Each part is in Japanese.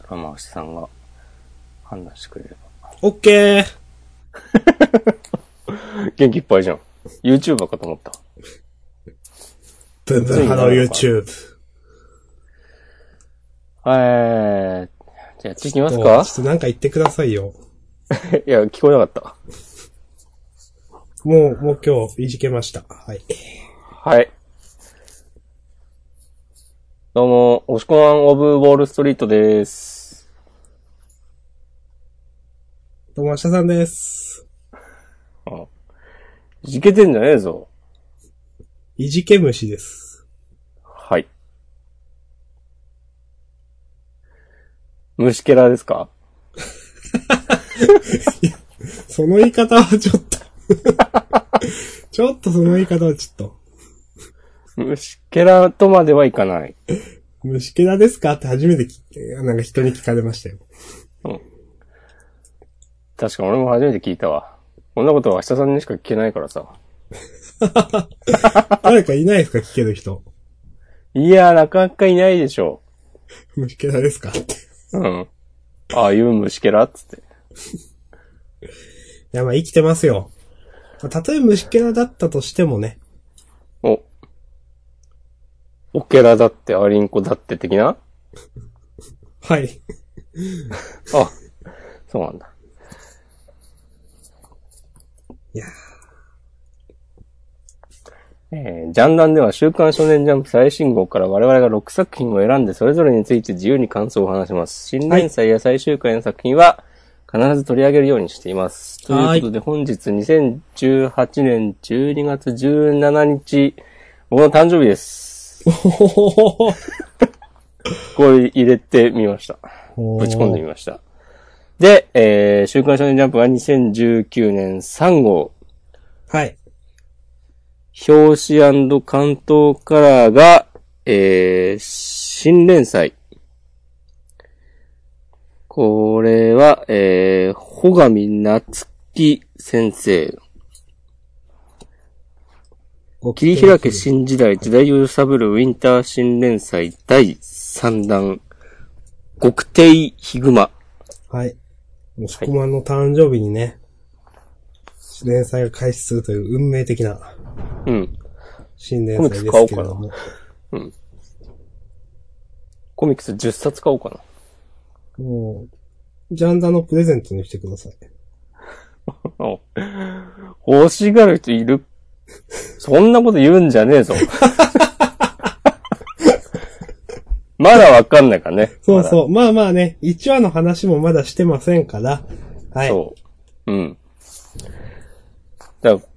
まあ、明日さんが判断してくれれば。 オッケー元気いっぱいじゃん。YouTuber かと思った。 ブンブンハロー YouTube。 じゃあやっていきますか？ ちょっとなんか言ってくださいよ。 いや、聞こえなかった。 もう今日いじけました。はい。 はい。どうも、押しこまんオブウォールストリートです。 どうも、明日さんです。 あ、いじけてんじゃねえぞ。 いじけ虫です。 はい。虫けらですか？ いや、その言い方はちょっとちょっとその言い方はちょっと。 虫けらとまではいかない。 虫けらですかって初めてなんか人に聞かれましたよ。 うん。確か俺も初めて聞いたわ。こんなことは明日さんにしか聞けないからさ。 誰かいないですか聞ける人。 いや、なかなかいないでしょ虫けらですかって。 うん。ああいう虫けらっつって。 いや、まあ生きてますよ。たとえ虫けらだったとしてもね。 オケラだってアリンコだって的な？ はい。 あ、そうなんだ。 いやジャンダンでは週刊少年ジャンプ最新号から我々が6作品を選んでそれぞれについて自由に感想を話します。新連載や最終回の作品は必ず取り上げるようにしています。ということで本日2018年12月17日、僕の誕生日です。これ入れてみました。ぶち込んでみました。で、週刊少年ジャンプは2019年3号。 はい。 表紙関東カラーが、新連載。これは、穂上夏樹先生。切り開け新時代、時代を揺さぶるウィンター新連載第3弾。極低ヒグマ。 はい。もしこまんの誕生日にね、連載が開始するという運命的な。 うん。 新連載ですけれども。コミックス買おうかな。 うん。コミックス10冊買おうかな。 もう、ジャンダのプレゼントにしてください。 欲しがる人いる？そんなこと言うんじゃねえぞ。まだわかんないからね。 そうそう。まあまあね、1話の話もまだしてませんから。はい。 そう。うん。だから、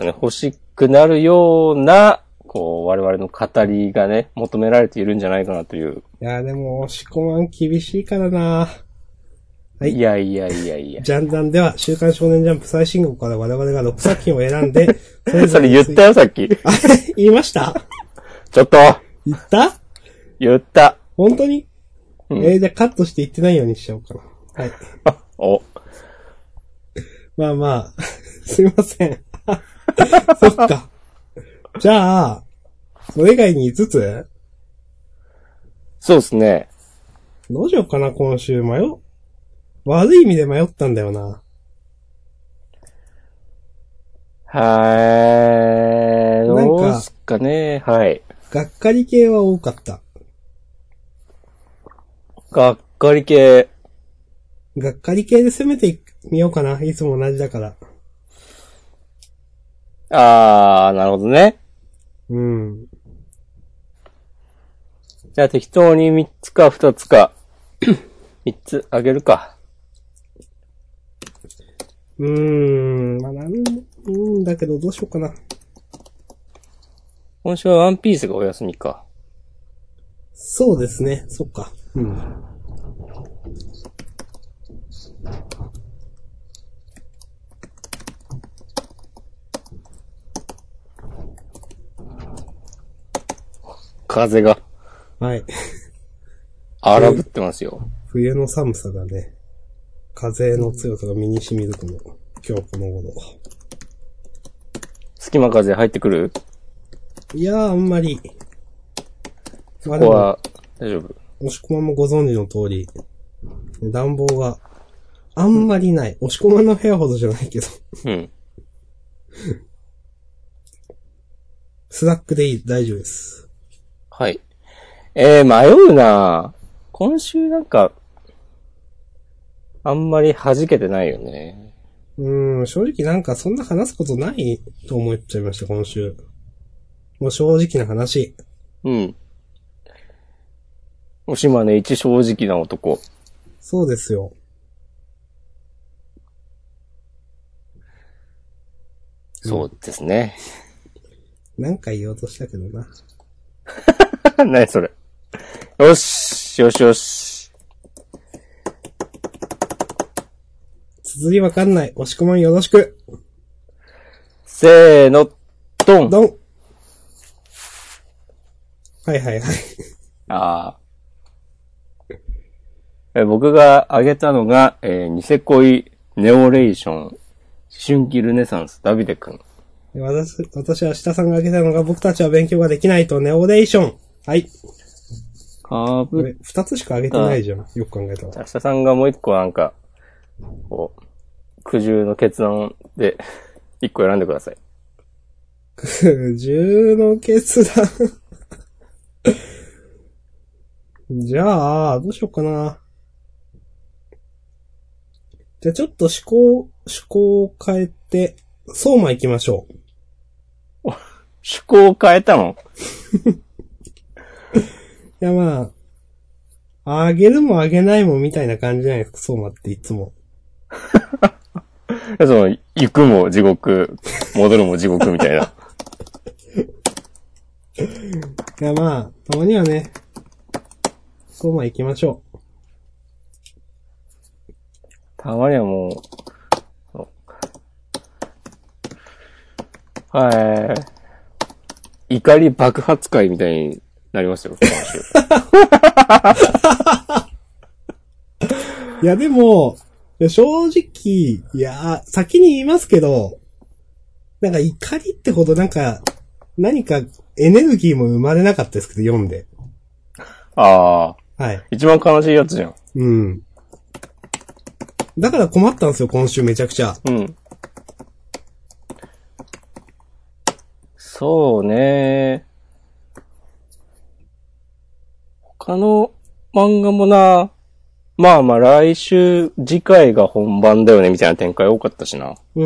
欲しくなるような、こう、我々の語りがね、求められているんじゃないかなという。 いや、でも、押し込まん厳しいからな。はい。 いや。ジャンダンでは、週刊少年ジャンプ最新号から我々が6作品を選んで、 それ言ったよ、さっき。 あ、言いました？ ちょっと言った？ 言った。 本当に？ うん、 じゃあカットして言ってないようにしちゃおうかな。はい。 お。 まあまあ、すいません。そっか。じゃあ、それ以外に5つ？ そうですね。 どうしようかな、今週。悪い意味で迷ったんだよな。 どうすかね。はい。 がっかり系は多かった。 がっかり系。 がっかり系で攻めてみようかな。いつも同じだから。 なるほどね。 うん。 じゃあ適当に3つか2つか、3つあげるか。 まあだけどどうしようかな。 今週はワンピースがお休みか。 そうですね。そっか。うん。 風が。 はい。 荒ぶってますよ。 冬の寒さがね、風の強さが身に染みるこの、今日この頃。 隙間風入ってくる？ いやー、あんまり。 そこは、大丈夫？ 押し込まんもご存知の通り、暖房があんまりない。押し込まんの部屋ほどじゃないけど。 うん。 スナックでいい、大丈夫です。 はい。迷うなぁ。今週なんか、あんまり弾けてないよね。 正直なんかそんな話すことないと思っちゃいました、今週。もう正直な話。 うん。おしまね一正直な男。 そうですよ。 そうですね。 なんか言おうとしたけどな。 何それ。よし、よしよし。 綴りわかんない。押し込まんよろしく。 せーの、ドン。 ドン。はいはいはい。 ああ。僕が挙げたのが、ニセ恋ネオレーション、思春期ルネサンス、ダビデ君。 私は下さんが挙げたのが、僕たちは勉強ができないとネオレーション。はい。二つしか挙げてないじゃん。よく考えたら。 下さんがもう一個なんか、こう、苦渋の決断で、一個選んでください。 苦渋の決断。じゃあ、どうしようかな。じゃあちょっと思考を変えて、相馬行きましょう。 趣向を変えたの？ いやまあ、あげるもあげないもみたいな感じじゃないですか、相馬っていつも。 その、行くも地獄、戻るも地獄みたいな。 いやまあ、たまにはね、相馬行きましょう。 たまにはもう、はい。怒り爆発会みたいになりますよ、今週。いやでも、正直、先に言いますけど、なんか怒りってほどなんか、何かエネルギーも生まれなかったですけど、読んで。 ああ。 はい。 一番悲しいやつじゃん。 うん。だから困ったんですよ、今週めちゃくちゃ。 うん。そうね。他の漫画もな、まあまあ来週、次回が本番だよねみたいな展開多かったしな。 うん。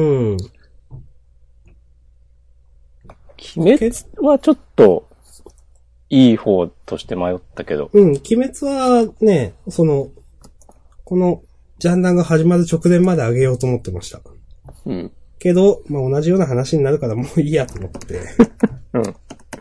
鬼滅はちょっと、いい方として迷ったけど。 うん、鬼滅はね、この、ジャンダンが始まる直前まで上げようと思ってました。 うん。 けど、まあ同じような話になるからもういいやと思って。 うん。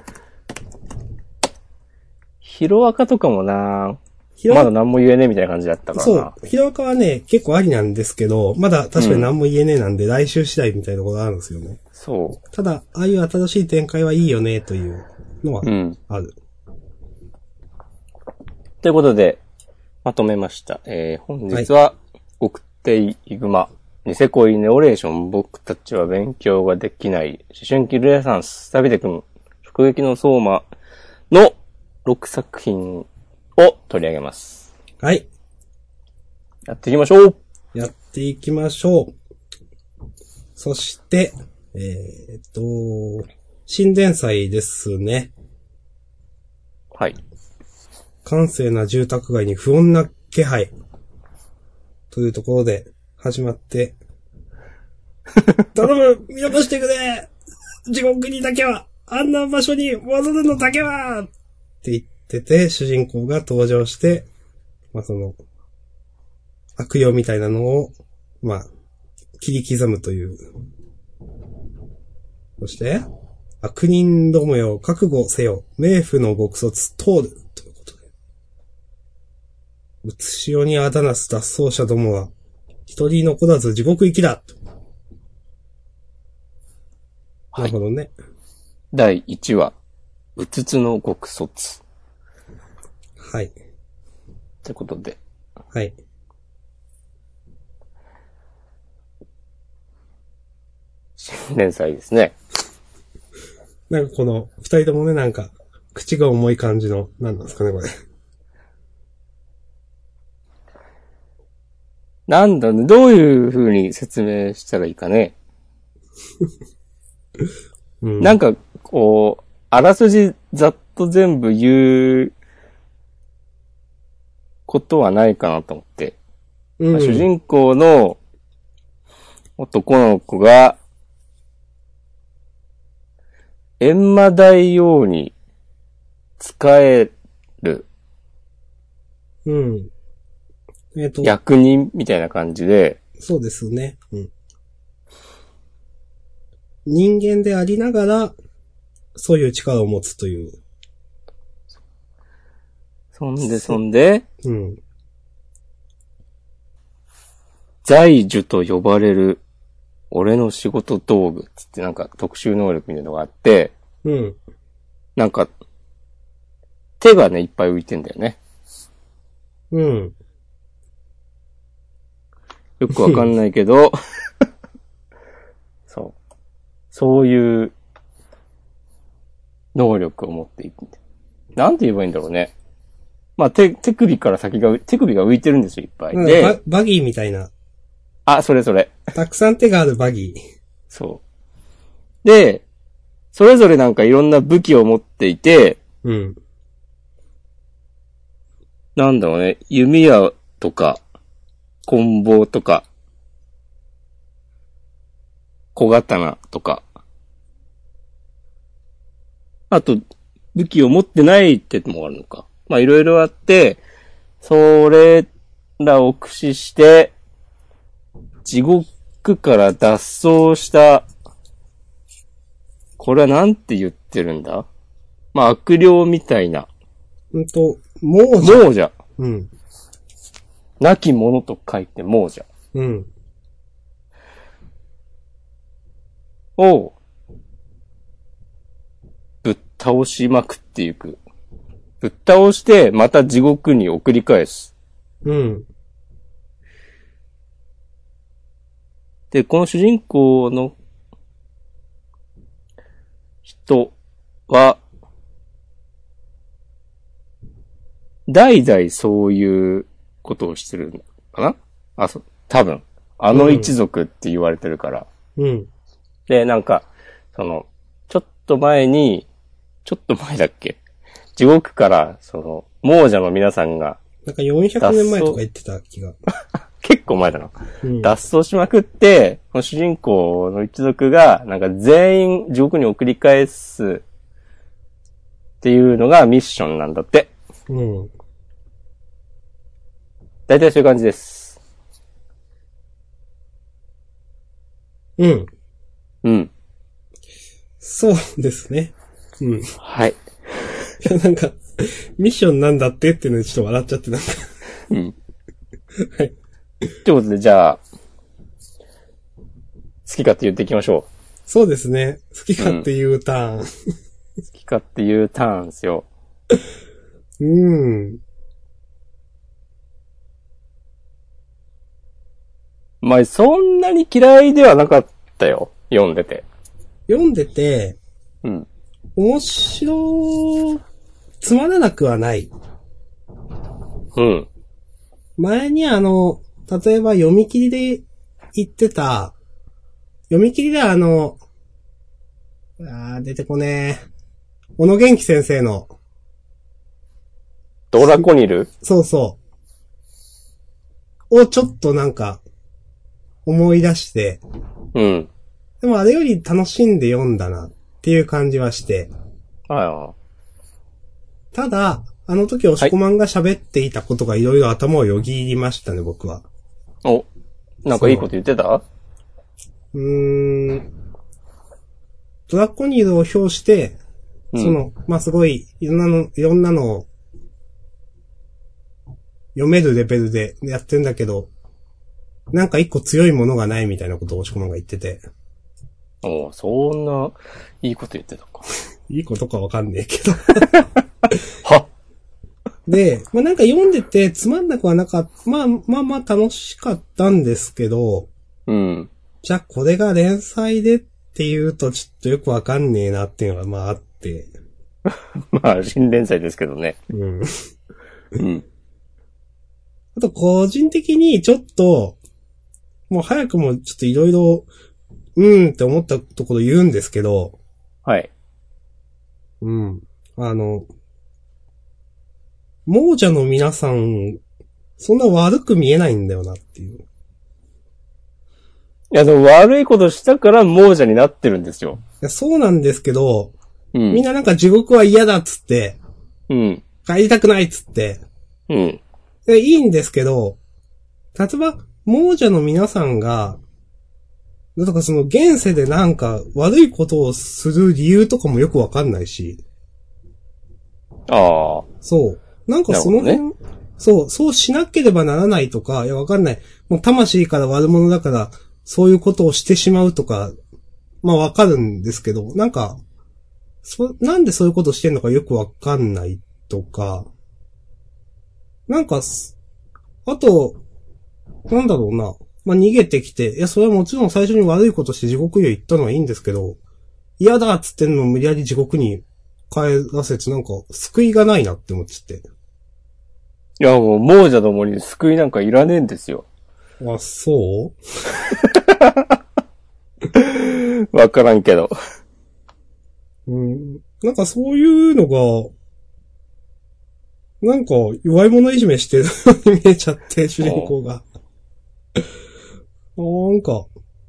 ヒロアカとかもな、まだ何も言えねえみたいな感じだったからな。 そう。ヒロアカはね、結構ありなんですけど、まだ確かに何も言えねえなんで、来週次第みたいなところがあるんですよね。 そう。 ただ、ああいう新しい展開はいいよね、というのはある。 ということで、まとめました。本日は、奥手イグマ、ニセ恋ネオレーション、僕たちは勉強ができない、思春期ルネサンス、ダビデ君、直撃の相馬の6作品を取り上げます。 はい。 やっていきましょう。 やっていきましょう。そして、新連載ですね。 はい。 閑静な住宅街に不穏な気配。というところで始まって、頼む見逃してくれ地獄にだけはあんな場所に戻るのだけはって言ってて、主人公が登場して、まあ、悪用みたいなのを、まあ、切り刻むという。そして、悪人どもよ、覚悟せよ、冥府の極卒通る。ということで。うつしおにあだなす脱走者どもは、一人残らず地獄行きだ。なるほどね。 第1話、うつつの極卒。 はい。 ということで。 はい。 新連載ですね。 なんかこの、二人ともね、なんか、口が重い感じの、なんなんですかね、これ。 なんだね、どういう風に説明したらいいかね。 うん、 なんか、こう、あらすじざっと全部言うことはないかなと思って。 うん、 主人公の男の子が、閻魔大王に使えるうん。 役人みたいな感じで、 そうですね。うん。人間でありながら、そういう力を持つという。 そんで、 うん。 在樹と呼ばれる俺の仕事道具つってなんか特殊能力みたいなのがあって、 うん。 なんか、手がね、いっぱい浮いてんだよね。 うん。 よくわかんないけど、そう。そういう能力を持っていく。なんて言えばいいんだろうね。まあ、手首から手首が浮いてるんですよ、いっぱい。で、 バギーみたいな。 あ、それ。 たくさん手があるバギー。 そう。で、それぞれなんかいろんな武器を持っていて、 うん。 なんだろうね、弓矢とか、棍棒とか、小刀とか、あと、武器を持ってないってのもあるのか。まあ、いろいろあって、それらを駆使して、地獄から脱走した、これはなんて言ってるんだ？まあ、悪霊みたいな。 亡者。 亡者。 うん。 亡き者と書いて亡者。 うん。 を、ぶっ倒しまくっていく。ぶっ倒して、また地獄に送り返す。 うん。 で、この主人公の人は、代々そういうことをしてるのかな？多分。あの一族って言われてるから。 うん。 で、なんか、ちょっと前だっけ？地獄から、亡者の皆さんが。 なんか400年前とか言ってた気が。 結構前だな。 うん、 脱走しまくって、この主人公の一族が、なんか全員地獄に送り返すっていうのがミッションなんだって。 うん。 大体そういう感じです。 うん。 うん。 そうですね。うん。 はい。いや、なんか、ミッションなんだってっていうのでちょっと笑っちゃってなんか。 うん。 はい。 ということで、じゃあ、好き勝手言っていきましょう。 そうですね。好き勝手言うターン。 好き勝手言うターンですよ。まあ、そんなに嫌いではなかったよ。読んでて。 うん。面白、つまらなくはない。 うん。 前に例えば読み切りで言ってた、読み切りで出てこねえ。小野元気先生の。 ドラコニル？ そうそう。をちょっとなんか、思い出して。 うん。 でもあれより楽しんで読んだなっていう感じはして。 ああ。 ただ、あの時押し込まんが喋っていたことがいろいろ頭をよぎりましたね、僕は。 お、なんかいいこと言ってた？ ドラコニールを表して、まあ、すごい、いろんなのを読めるレベルでやってんだけど、なんか一個強いものがないみたいなことを押し込まんが言ってて。 お、そんな、いいこと言ってたか。 いいことかわかんねえけど。 はで、まあ、なんか読んでてつまんなくはなかった。まあ楽しかったんですけど、 うん。 じゃあこれが連載でっていうとちょっとよくわかんねえなっていうのがまああって。 まあ、新連載ですけどね。 うん。 うん。 あと個人的にちょっと、 もう早くもちょっといろいろ、って思ったところ言うんですけど、 はい。 亡者の皆さん、そんな悪く見えないんだよなっていう。いや、でも悪いことしたから亡者になってるんですよ。 や、そうなんですけど、みんうん。 ななんか地獄は嫌だっつって、 うん。 帰りたくないっつって、 うん。 いいんですけど、例えば、亡者の皆さんが、だからその現世でなんか悪いことをする理由とかもよくわかんないし、 ああ。 そう。なんかその辺、 なるそうしなければならないとか、いやわかんない。もう魂から悪者だから、そういうことをしてしまうとか、まあわかるんですけど、なんか、なんでそういうことしてんのかよくわかんないとか、なんか、あと、なんだろうな。まあ、逃げてきて、いや、それはもちろん最初に悪いことして地獄へ行ったのはいいんですけど、嫌だっつってんのを無理やり地獄に帰らせて、なんか、救いがないなって思っちゃって。 いや、もう、亡者どもに救いなんかいらねえんですよ。 あ、そうわからんけど。 なんかそういうのが、なんか弱い者いじめしてるように見えちゃって、主人公が。なんか、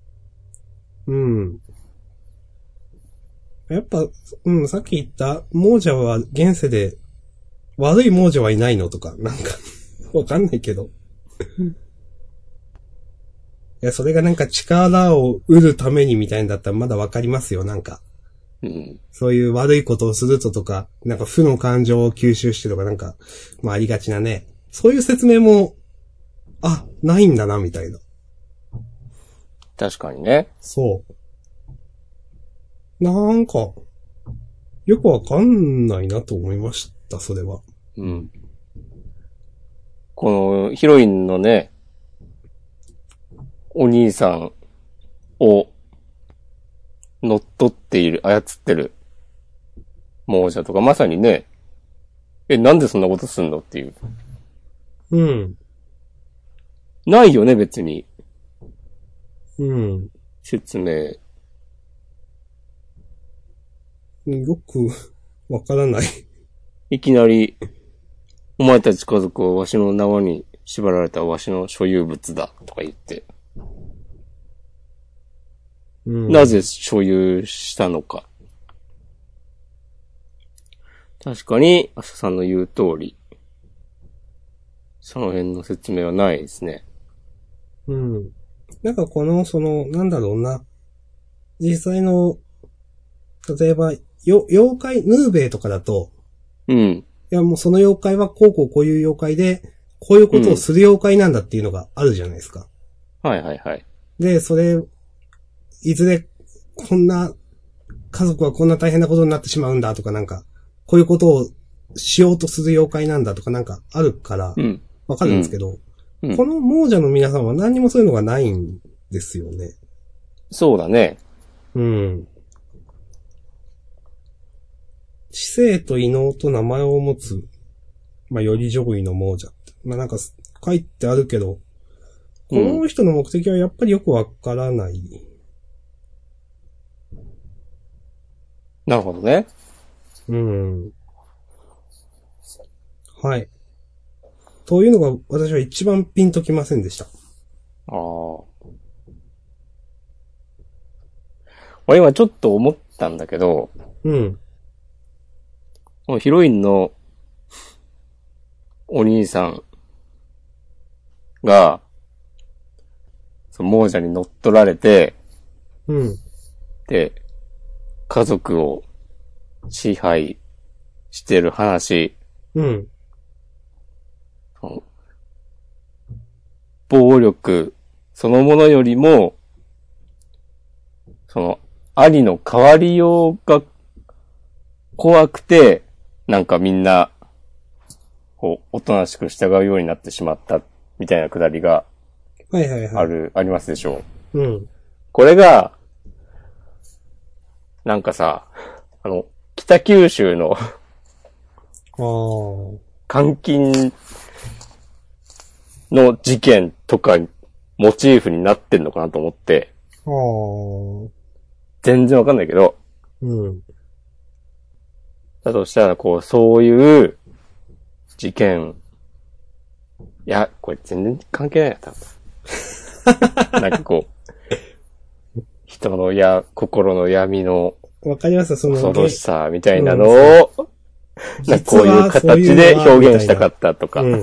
やっぱ、さっき言った、亡者は現世で、悪い亡者はいないのとか、なんかわかんないけど。いや、それがなんか力を得るためにみたいんだったらまだわかりますよ、なんか。 うん。 そういう悪いことをするとか、なんか負の感情を吸収してとかなんか、まあありがちなね。そういう説明も、ないんだな、みたいな。 確かにね。 そう。なんか、よくわかんないなと思いました、それは。 うん。このヒロインのね、お兄さんを乗っ取っている、操ってる亡者とか、まさにね、なんでそんなことすんのっていう。 うん。 ないよね、別に。 うん。 説明。 よく、わからない。 いきなり、お前たち家族はわしの縄に縛られたわしの所有物だ、とか言って。なぜ所有したのか。確かに、明日さんの言う通り、その辺の説明はないですね。 なんかなんだろうな。実際の、例えば、妖怪、ヌーベイとかだと、 うん。 いやもうその妖怪はこういう妖怪で、こういうことをする妖怪なんだっていうのがあるじゃないですか。 はいはいはい。 で、いずれ、家族はこんな大変なことになってしまうんだとかなんか、こういうことをしようとする妖怪なんだとかなんかあるから、わかるんですけど、この亡者の皆さんは何にもそういうのがないんですよね。 そうだね。 知性と異能と名前を持つ、まあ、より上位の亡者って。まあ、なんか書いてあるけど、この人の目的はやっぱりよくわからない。 なるほどね。 はい。というのが私は一番ピンときませんでした。 俺今ちょっと思ったんだけど、ヒロインのお兄さんが、その亡者に乗っ取られて、で、家族を支配してる話、暴力そのものよりも、その兄の変わりようが怖くて、なんかみんな、こう、おとなしく従うようになってしまった、みたいなくだりが、ありますでしょう。これが、なんかさ、北九州の監禁の事件とかモチーフになってんのかなと思って、 ああ。 全然わかんないけど、 うん。 だとしたら、こう、そういう事件、いや、これ全然関係ないな、多分。なんかこう、人の心の闇のわかりますその。 恐ろしさみたいなのを、なんかこういう形で表現したかったとか。うん、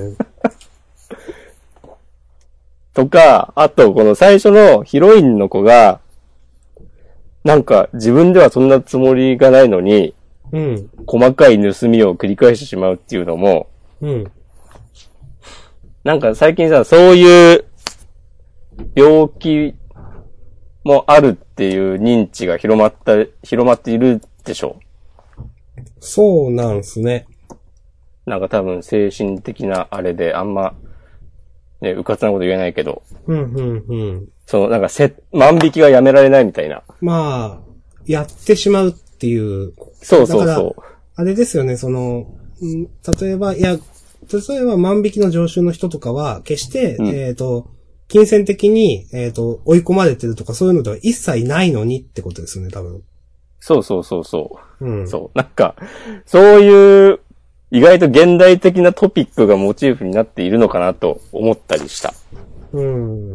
とか、あとこの最初のヒロインの子が、なんか自分ではそんなつもりがないのに、 うん、 細かい盗みを繰り返してしまうっていうのも、 うん、 なんか最近さ、そういう病気もあるっていう認知が広まっているでしょう。 そうなんすね。 なんか多分精神的なあれであんま、ね、うかつなこと言えないけど。そのなんか万引きがやめられないみたいな。 まあ、やってしまうっていう。 そうそうそう。 あれですよね、例えば万引きの常習の人とかは、決して、金銭的に、追い込まれてるとかそういうのでは一切ないのにってことですよね、多分。 そうそうそうそう。 うん。 そう。なんか、そういう、意外と現代的なトピックがモチーフになっているのかなと思ったりした。 うん。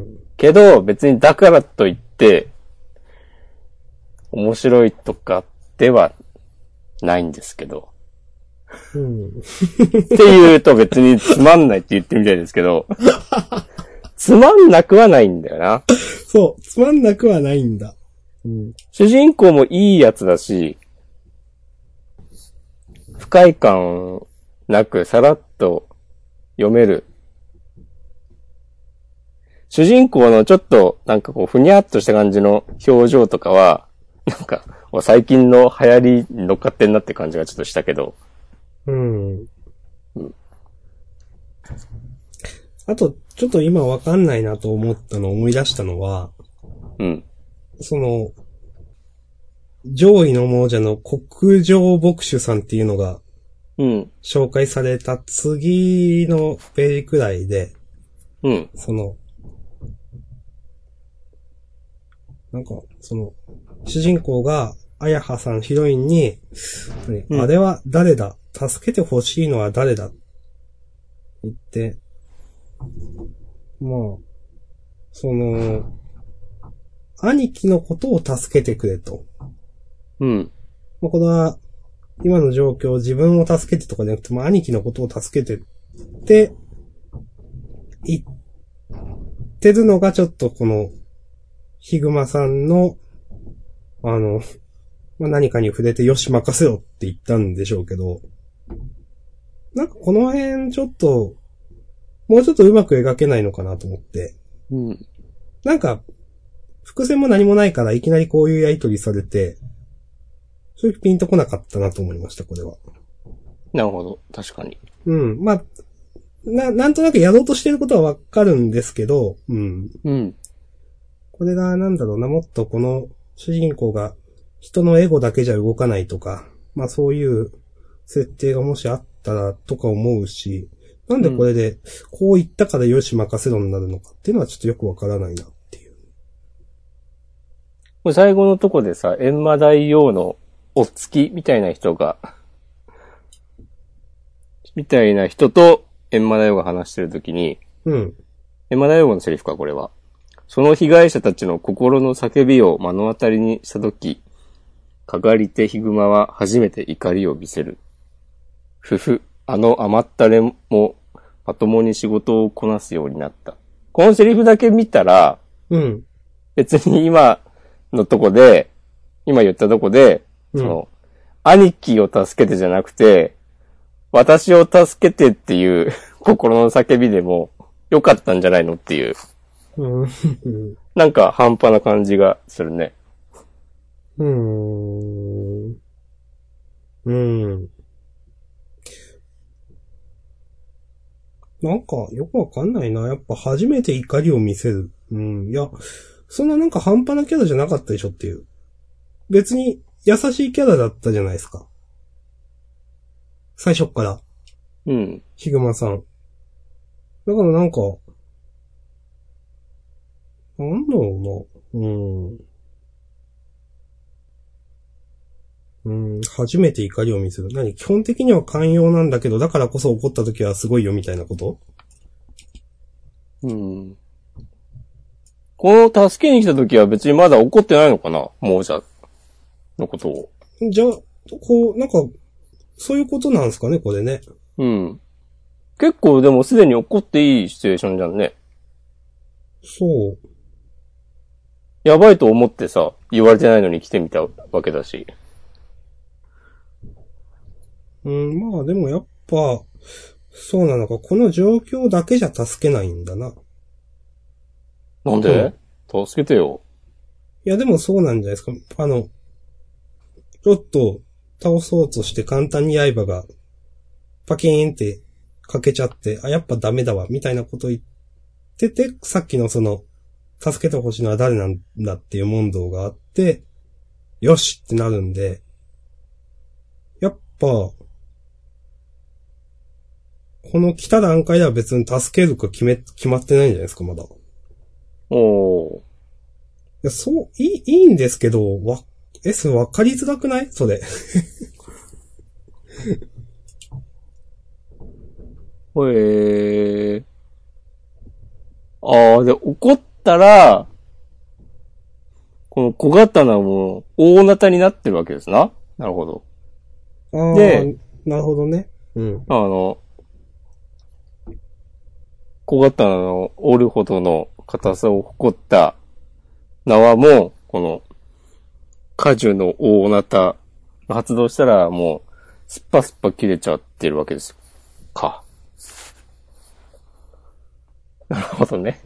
けど、別にだからといって、面白いとかではないんですけど。 うん。 って言うと別につまんないって言ってみたいですけど、つまんなくはないんだよな。 そう、つまんなくはないんだ。うん、 主人公もいいやつだし、不快感なくさらっと読める。主人公のちょっとなんかこうふにゃっとした感じの表情とかは、なんか最近の流行りに乗っかってんなって感じがちょっとしたけど。 うん。あと、ちょっと今わかんないなと思い出したのは、 うん。 上位の亡者の国上牧首さんっていうのが、 うん。 紹介された次のページくらいで、 うん。 主人公が、あやはさんヒロインに、 うん、 あれは誰だ助けてほしいのは誰だ言って、まあ、兄貴のことを助けてくれと。 うん。 まあ、これは、今の状況、自分を助けてとかじゃなくて、まあ、兄貴のことを助けてって、言ってるのがちょっとヒグマさんの、まあ、何かに触れてよし任せろって言ったんでしょうけど、なんかこの辺ちょっと、もうちょっとうまく描けないのかなと思って。 うん。 なんか、伏線も何もないからいきなりこういうやりとりされて、正直ピンとこなかったなと思いました、これは。 なるほど。確かに。 うん。まあ、なんとなくやろうとしてることはわかるんですけど、うん。 うん。 これがなんだろうな、もっとこの主人公が人のエゴだけじゃ動かないとか、まあそういう設定がもしあったらとか思うし、なんでこれでこう言ったからよし任せろになるのかっていうのはちょっとよくわからないなっていう。 これ最後のとこでさ、閻魔大王のお付きみたいな人と閻魔大王が話してるときに、 うん。 閻魔大王のセリフか、これは。その被害者たちの心の叫びを目の当たりにしたとき、かがり手ヒグマは初めて怒りを見せる。ふふ、あの甘ったれもまともに仕事をこなすようになった。このセリフだけ見たら、 うん。 別に今言ったとこで、 うん、 兄貴を助けてじゃなくて、私を助けてっていう心の叫びでもよかったんじゃないのっていう。 うん、 なんか半端な感じがするね。 うん。なんかよくわかんないな。やっぱ初めて怒りを見せる。うん。いや、そんななんか半端なキャラじゃなかったでしょっていう。別に優しいキャラだったじゃないですか。最初っから。 うん。 ヒグマさん。だからなんか、 なんだろうな。初めて怒りを見せる。基本的には寛容なんだけど、だからこそ怒った時はすごいよみたいなこと？ うん。この助けに来た時は別にまだ怒ってないのかな、亡者のことを。 じゃあ、そういうことなんですかね、これね。 うん。結構でもすでに怒っていいシチュエーションじゃんね。 そう。 やばいと思ってさ、言われてないのに来てみたわけだし。 まあでもやっぱ、そうなのか、この状況だけじゃ助けないんだな。 なんで、助けてよ。 いやでもそうなんじゃないですか。ちょっと倒そうとして簡単に刃がパキーンってかけちゃって、やっぱダメだわ、みたいなこと言ってて、さっきの助けてほしいのは誰なんだっていう問答があって、よしってなるんで、やっぱ、この来た段階では別に助けるか決まってないんじゃないですか、まだ。 おー。 いや、いいんですけど、それ分かりづらくないそれ。 で、怒ったら、この小刀も大なたになってるわけですな。なるほど。で、 なるほどね。うん。 小刀の折るほどの硬さを誇った縄も、この、果樹の大なたが発動したらもう、スッパスッパ切れちゃってるわけですよ。か。なるほどね。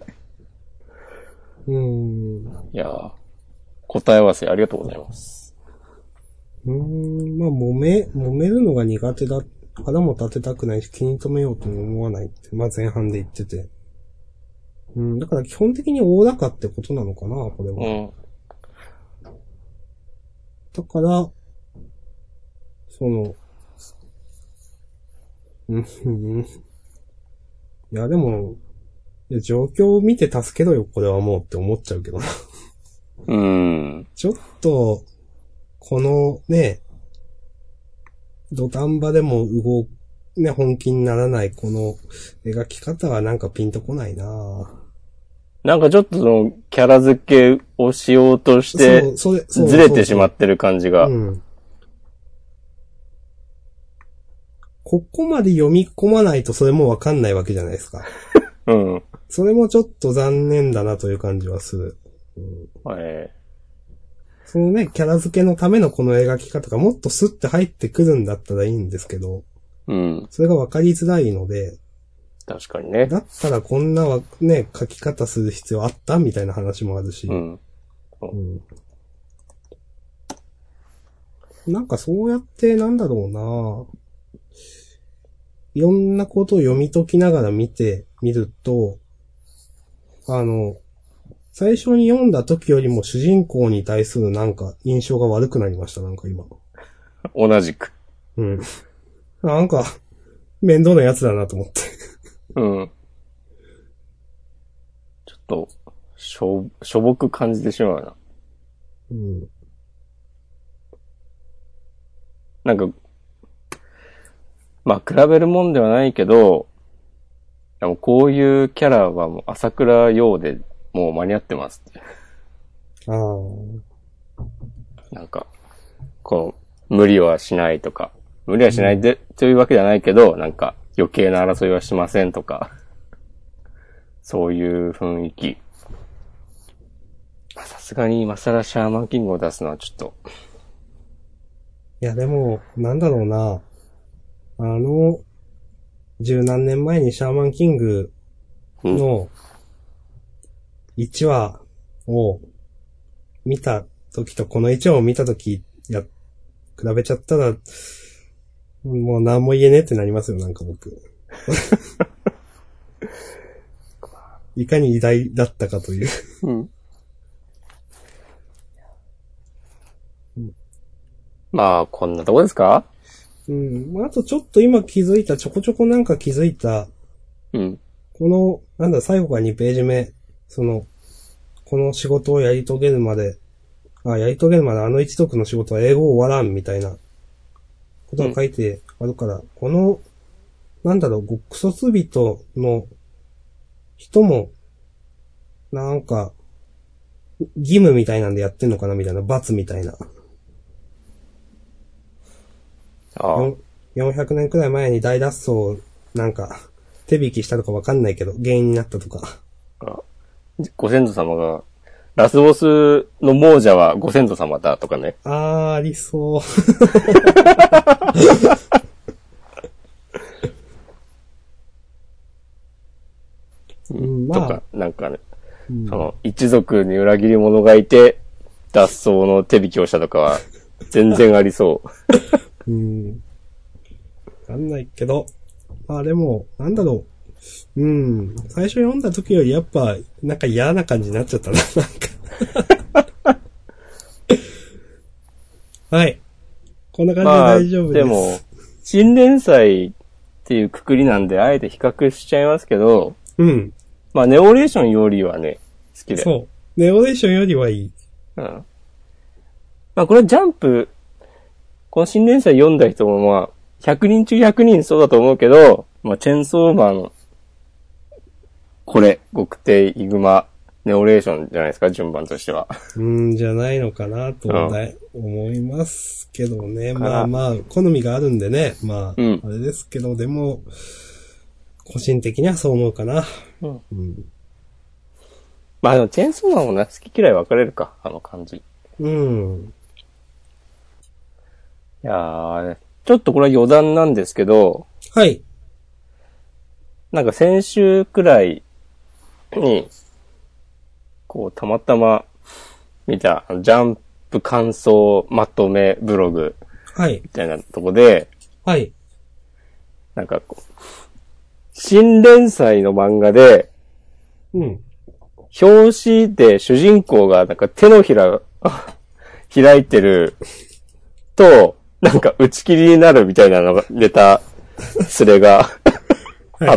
いやー、答え合わせありがとうございます。 まあ、揉めるのが苦手だ。腹も立てたくないし気に留めようとも思わないって、まあ前半で言ってて。だから基本的に大高ってことなのかな、これは。だから、いやでも、状況を見て助けろよ、これはもうって思っちゃうけどな。ちょっと、このね、土壇場でも本気にならないこの描き方はなんかピンとこないな。 なんかちょっとそのキャラ付けをしようとしてずれてしまってる感じが。 ここまで読み込まないとそれもわかんないわけじゃないですか。それもちょっと残念だなという感じはする。そのね、キャラ付けのためのこの描き方がもっとスッて入ってくるんだったらいいんですけど、それがわかりづらいので、 確かにね。 だったらこんなね、書き方する必要あったみたいな話もあるし、なんかそうやってなんだろうな、いろんなことを読み解きながら見てみると、最初に読んだ時よりも主人公に対するなんか印象が悪くなりました、なんか今。 同じく。 なんか、面倒なやつだなと思って。 ちょっと、しょぼく感じてしまうな。なんか、まあ、比べるもんではないけど、でもこういうキャラはもう朝倉陽でもう間に合ってますって。なんか、無理はしないとか、無理はしないというわけではないけど、なんか余計な争いはしませんとか、そういう雰囲気。さすがに今更シャーマンキングを出すのはちょっと。 いやでも、なんだろうな。十何年前にシャーマンキングの1話を見た時とこの1話を見た時比べちゃったら、もう何も言えねえってなりますよ、なんか僕。いかに偉大だったかという。 まあ、こんなとこですか？ あとちょっと今ちょこちょこなんか気づいた。この、最後が2ページ目。ここの仕事をやり遂げるまであの一族の仕事は英語終わらんみたいなことが書いてあるから、この、極卒人の人も、なんか、義務みたいなんでやってんのかなみたいな、罰みたいな。 ああ。 400年くらい前に大脱走をなんか手引きしたとかわかんないけど原因になったとか。 ご先祖様がラスボスの亡者はご先祖様だとかね。 ありそう。 とか、なんかね、その一族に裏切り者がいて脱走の手引きをしたとかは全然ありそう。 わかんないけど、でも、最初読んだ時よりやっぱ、なんか嫌な感じになっちゃったな、なんか。はい。こんな感じで大丈夫です。 でも、新連載っていうくくりなんで、あえて比較しちゃいますけど、ネオレーションよりはね、好きで。 そう。ネオレーションよりはいい。 これジャンプ、この新連載読んだ人も100人中100人そうだと思うけど、チェンソーマン、これ、極低、イグマ、ネオレーションじゃないですか、順番としては。 じゃないのかなと思いますけどね。好みがあるんでね。あれですけど、でも、個人的にはそう思うかな。 でもチェンソーマンもな、好き嫌い分かれるか、あの感じ。いやー、ちょっとこれは余談なんですけど、 はい。 なんか先週くらいに、たまたま見た、ジャンプ感想まとめブログ、みたいなとこで、なんか新連載の漫画で、表紙で主人公がなんか手のひら開いてると、なんか打ち切りになるみたいなのが出たスレがあって、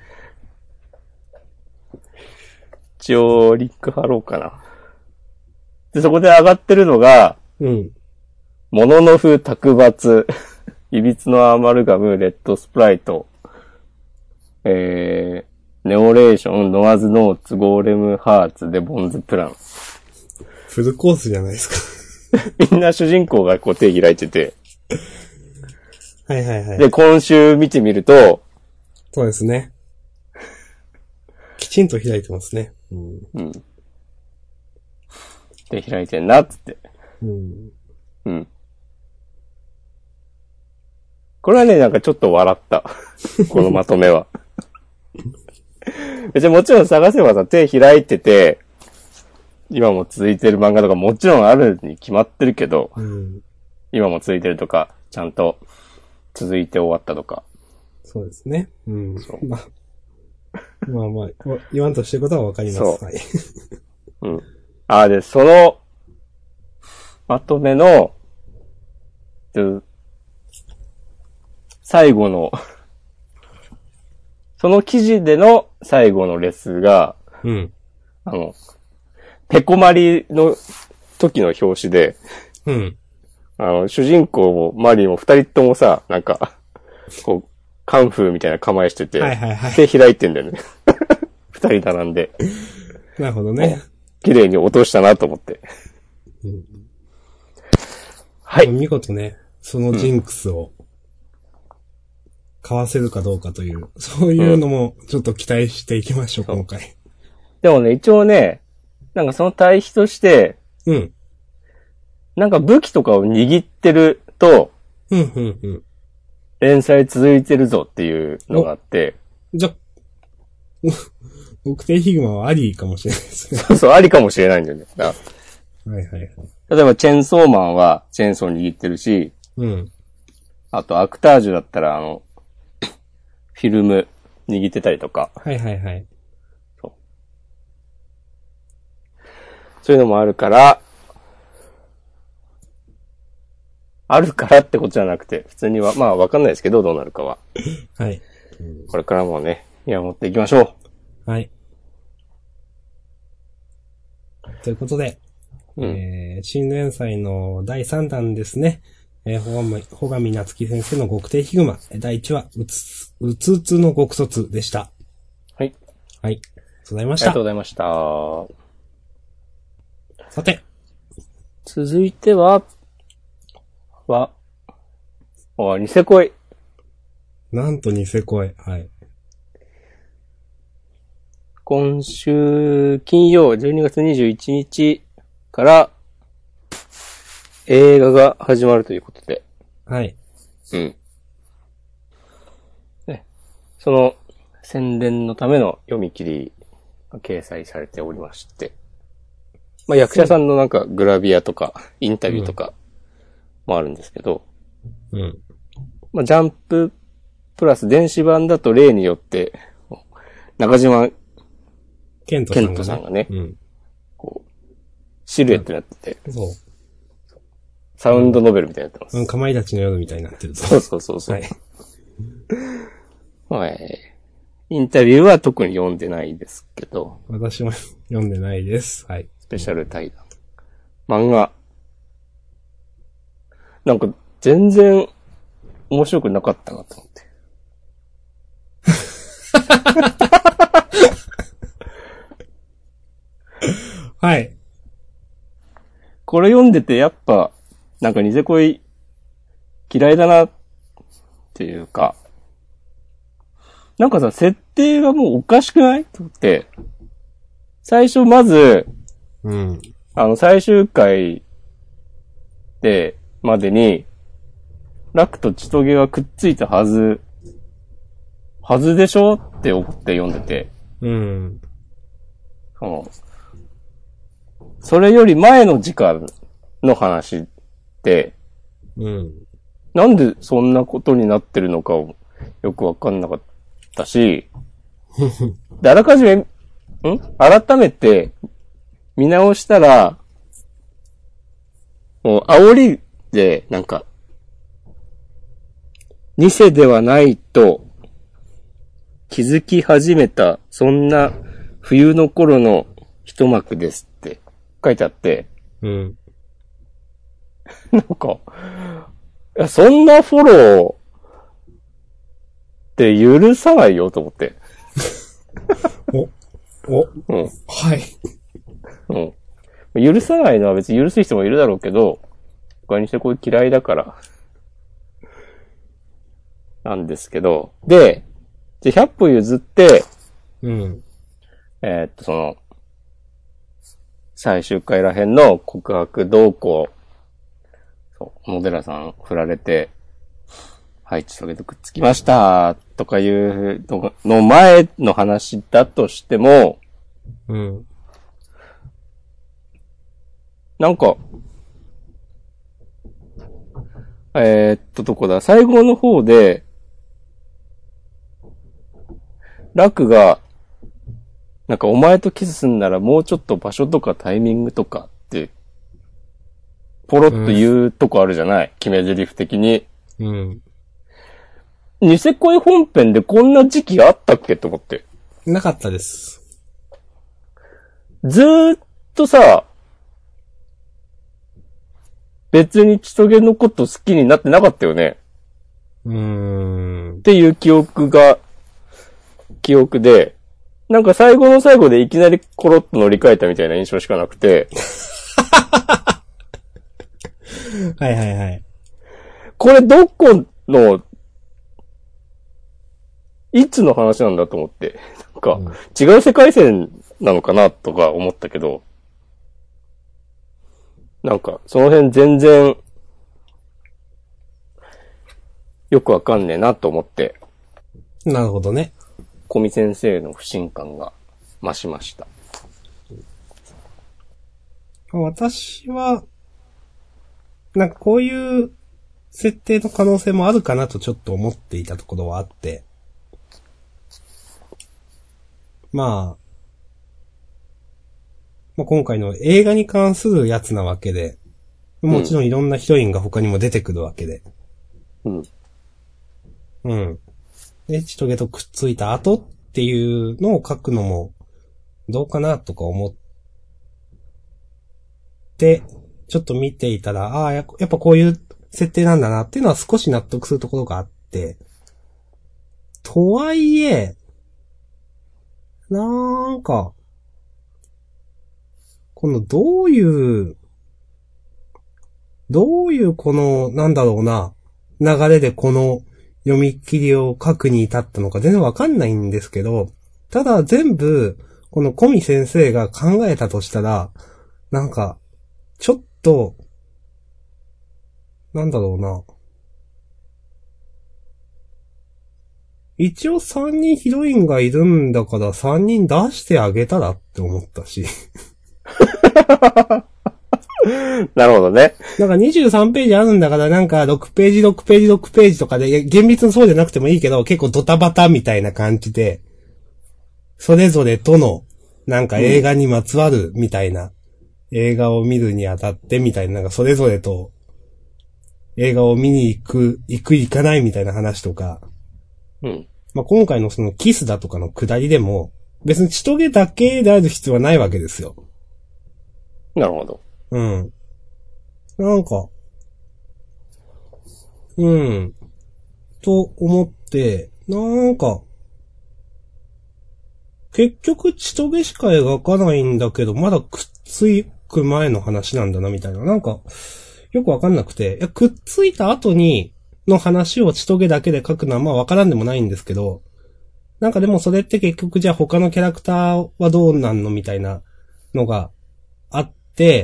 一応リンク貼ろうかな。で、そこで上がってるのが、モノノフ、タクバツ、いびつのアマルガム、レッドスプライト、ネオレーション、ノアズノーツ、ゴーレムハーツ、デボンズプラン。 フルコースじゃないですか。 みんな主人公が手開いてて。 で、 今週見てみると、 そうですね。きちんと開いてますね。 手開いてんな、つって。これはね、なんかちょっと笑った。このまとめは。別にもちろん探せばさ、手開いてて、今も続いてる漫画とかもちろんあるに決まってるけど、今も続いてるとか、ちゃんと続いて終わったとか。 そうですね。言わんとしてることはわかります。 で、その、まとめの、最後の、その記事での最後のレスが、ペコマリの時の表紙で、主人公もマリーも二人ともさ、なんか、カンフーみたいな構えしてて、手開いてんだよね。二人並んで。 なるほどね。 綺麗に落としたなと思って。 見事ね、そのジンクスを、かわせるかどうかという、そういうのもちょっと期待していきましょう、今回。 でもね、一応ね、なんかその対比として、なんか武器とかを握ってると、連載続いてるぞっていうのがあって、 じゃ、極低ヒグマはありかもしれないですね。 そう、ありかもしれないんだよね。 例えばチェンソーマンはチェーンソー握ってるし、あとアクタージュだったらフィルム握ってたりとか。そういうのもあるから、ってことじゃなくて、普通には、わかんないですけど、どうなるかは。これからもね、見守っていきましょう。 ということで、 うん。 新連載の第3弾ですね。ほがみなつき先生の極低ヒグマ。第1話、うつうつの極卒でした。 はい。 はい。ありがとうございました。 ありがとうございました。 さて。 続いては、ニセ恋。 なんとニセ恋。はい。 今週金曜12月21日から映画が始まるということで。 はい。 うん。ね。その宣伝のための読み切りが掲載されておりまして。まあ役者さんのなんかグラビアとかインタビューとかもあるんですけど。 うん。 まあジャンププラス電子版だと例によって中島ケントさんがね。 うん。こう、シルエットになってて。 そう。 サウンドノベルみたいになってます。 うん、かまいたちの夜みたいになってる。 そうそうそうそう。はい。インタビューは特に読んでないですけど。 私も読んでないです。はい。 スペシャル対談。漫画。なんか、全然、面白くなかったなと思って。 はい。 これ読んでてやっぱ、なんかニセ恋嫌いだなっていうか、なんかさ、設定がもうおかしくないと思って、最初まず、 うん。 最終回で、までに、ラクとチトゲがくっついたはずでしょって思って読んでて。 うん。 それより前の時間の話って、 うん。 なんでそんなことになってるのかをよくわかんなかったし、で、あらかじめ、改めて見直したら、もう煽りで、なんか、偽ではないと気づき始めた、そんな冬の頃の一幕ですって書いてあって、 うん。 なんか、いや、そんなフォローって許さないよと思って。うん。 はい。 うん。許さないのは別に許す人もいるだろうけど、他にしてこう嫌いだから、なんですけど、で、100歩譲って、 うん。 最終回らへんの告白動向、小野寺さん振られて、はい、ちょっとくっつきました、とかいうの前の話だとしても、 うん。 なんか、どこだ、最後の方で、ラクが、なんかお前とキスすんならもうちょっと場所とかタイミングとかって、ポロッと言うとこあるじゃない、決め台詞的に。 うん。 ニセ恋本編でこんな時期あったっけと思って。 なかったです。 ずーっとさ、別にチトゲのこと好きになってなかったよね。っていう記憶で、なんか最後の最後でいきなりコロッと乗り換えたみたいな印象しかなくて。 はいはいはい。 これどこの、いつの話なんだと思って。なんか、違う世界線なのかなとか思ったけど、なんか、その辺全然、よくわかんねえなと思って。 なるほどね。 小見先生の不信感が増しました。 私は、なんかこういう設定の可能性もあるかなとちょっと思っていたところはあって。まあ今回の映画に関するやつなわけで、もちろんいろんなヒロインが他にも出てくるわけで。 うん。 うん。で、チトゲとくっついた後っていうのを書くのも、どうかなとか思って、ちょっと見ていたら、やっぱこういう設定なんだなっていうのは少し納得するところがあって、とはいえ、なんか、このどういうこの、なんだろうな、流れでこの読み切りを書くに至ったのか全然わかんないんですけど、ただ全部、このコミ先生が考えたとしたら、なんか、ちょっと、なんだろうな。一応3人ヒロインがいるんだから3人出してあげたらって思ったし。 なるほどね。 なんか23ページあるんだからなんか6ページ6ページ6ページとかで、厳密にそうじゃなくてもいいけど、結構ドタバタみたいな感じで、それぞれとの、なんか映画にまつわるみたいな、映画を見るにあたってみたいな、なんかそれぞれと、映画を見に行かないみたいな話とか、 うん。 まあ、今回のそのキスだとかの下りでも、別に血トゲだけである必要はないわけですよ。 なるほど。 うん。なんか、と思って、なんか、結局血トゲしか描かないんだけど、まだくっつく前の話なんだな、みたいな。なんか、よくわかんなくて、くっついた後に、の話を血トゲだけで書くのはまあわからんでもないんですけど、なんかでもそれって結局じゃあ他のキャラクターはどうなんのみたいなのがあって、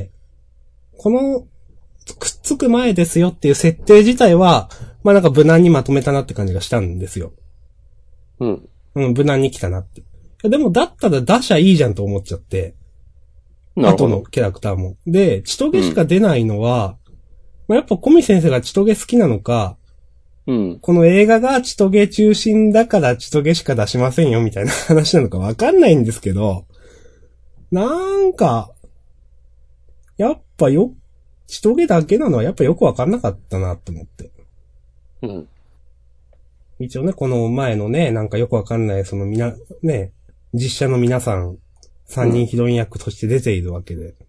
このくっつく前ですよっていう設定自体は、まあなんか無難にまとめたなって感じがしたんですよ。 うん。 無難に来たなって。でもだったら出しゃいいじゃんと思っちゃって、後のキャラクターも。で、血トゲしか出ないのは、まあ、やっぱコミ先生が血トゲ好きなのか、 うん。 この映画が血トゲ中心だから血トゲしか出しませんよみたいな話なのかわかんないんですけど、なんか、やっぱ血トゲだけなのはやっぱよくわかんなかったなって思って。 うん。 一応ね、この前のね、なんかよくわかんない、実写の皆さん、3人ヒロイン役として出ているわけで。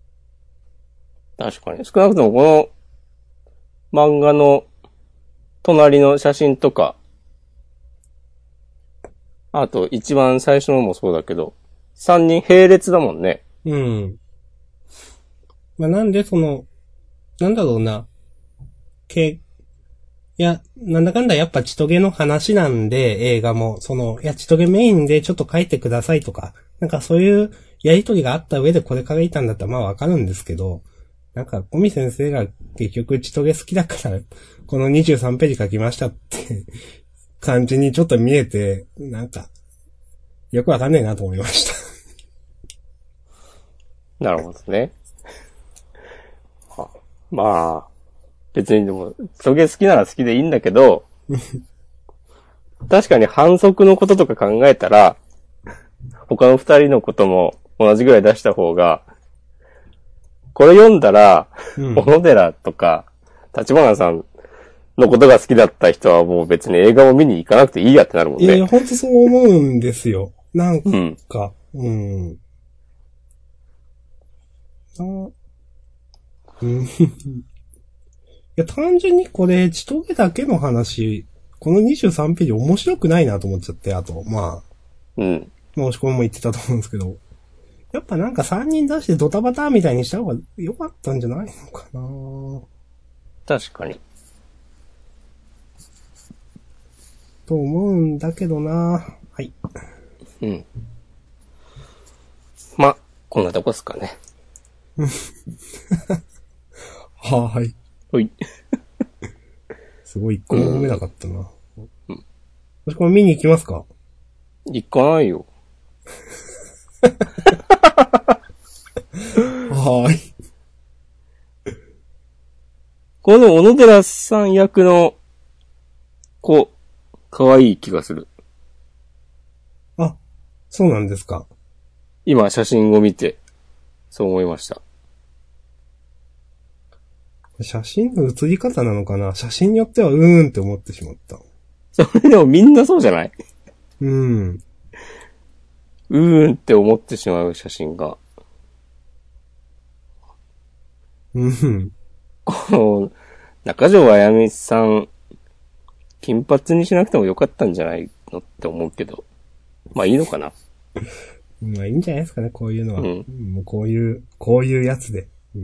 確かに。少なくともこの漫画の隣の写真とか、あと一番最初のもそうだけど、3人並列だもんね。 うん。まあ、なんでなんだろうな。なんだかんだやっぱ血トゲの話なんで、映画も、血トゲメインでちょっと書いてくださいとか、なんかそういうやりとりがあった上でこれ書いたんだったらまあわかるんですけど、なんか、コミ先生が結局血トゲ好きだから、この23ページ書きましたって感じにちょっと見えて、なんか、よくわかんねえなと思いました。 なるほどね。まあ、別にでも、トゲ好きなら好きでいいんだけど、確かに反則のこととか考えたら、他の二人のことも同じぐらい出した方が、これ読んだら、小野寺とか、立花さんのことが好きだった人はもう別に映画を見に行かなくていいやってなるもんね。 いや、ほんとそう思うんですよ。なんか、いや、単純にこれ、血トゲだけの話、この23ページ面白くないなと思っちゃって、あと、まあ、押し込みも言ってたと思うんですけど、やっぱなんか3人出してドタバタみたいにした方が良かったんじゃないのかな確かに。 と思うんだけどなはい。 ま、こんなとこっすかね。 はい。 はい。 すごい一個も褒めなかったな。もしこれ見に行きますか？ 行かないよ。 はい。 この小野寺さん役の子、可愛い気がする。 あ、そうなんですか。 今写真を見て、そう思いました。 写真の写り方なのかな？写真によってはって思ってしまった。 それでもみんなそうじゃない？って思ってしまう写真が。 うん。 この、中条あやみさん、金髪にしなくてもよかったんじゃないのって思うけど。まあいいのかな。 まあいいんじゃないですかね、こういうのは。 うん。 もうこういうやつで。うん。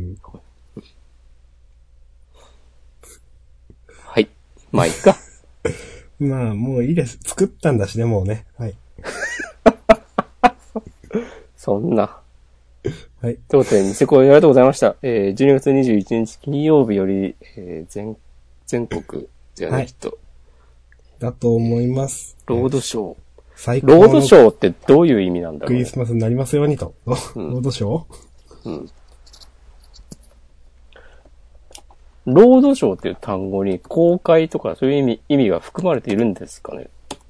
はい。まあいいか。 まあもういいです。作ったんだしね、もうね。はい。 そんな。 はい。 ということで、ニセコありがとうございました。12月21日金曜日より、全国じゃない、きっと。 だと思います。 ロードショー。 最高ロードショーってどういう意味なんだろう、ね、 クリスマスになりますようにと。ロうんードショーうん。ロードショーっていう単語に公開とかそういう意味が含まれているんですかね。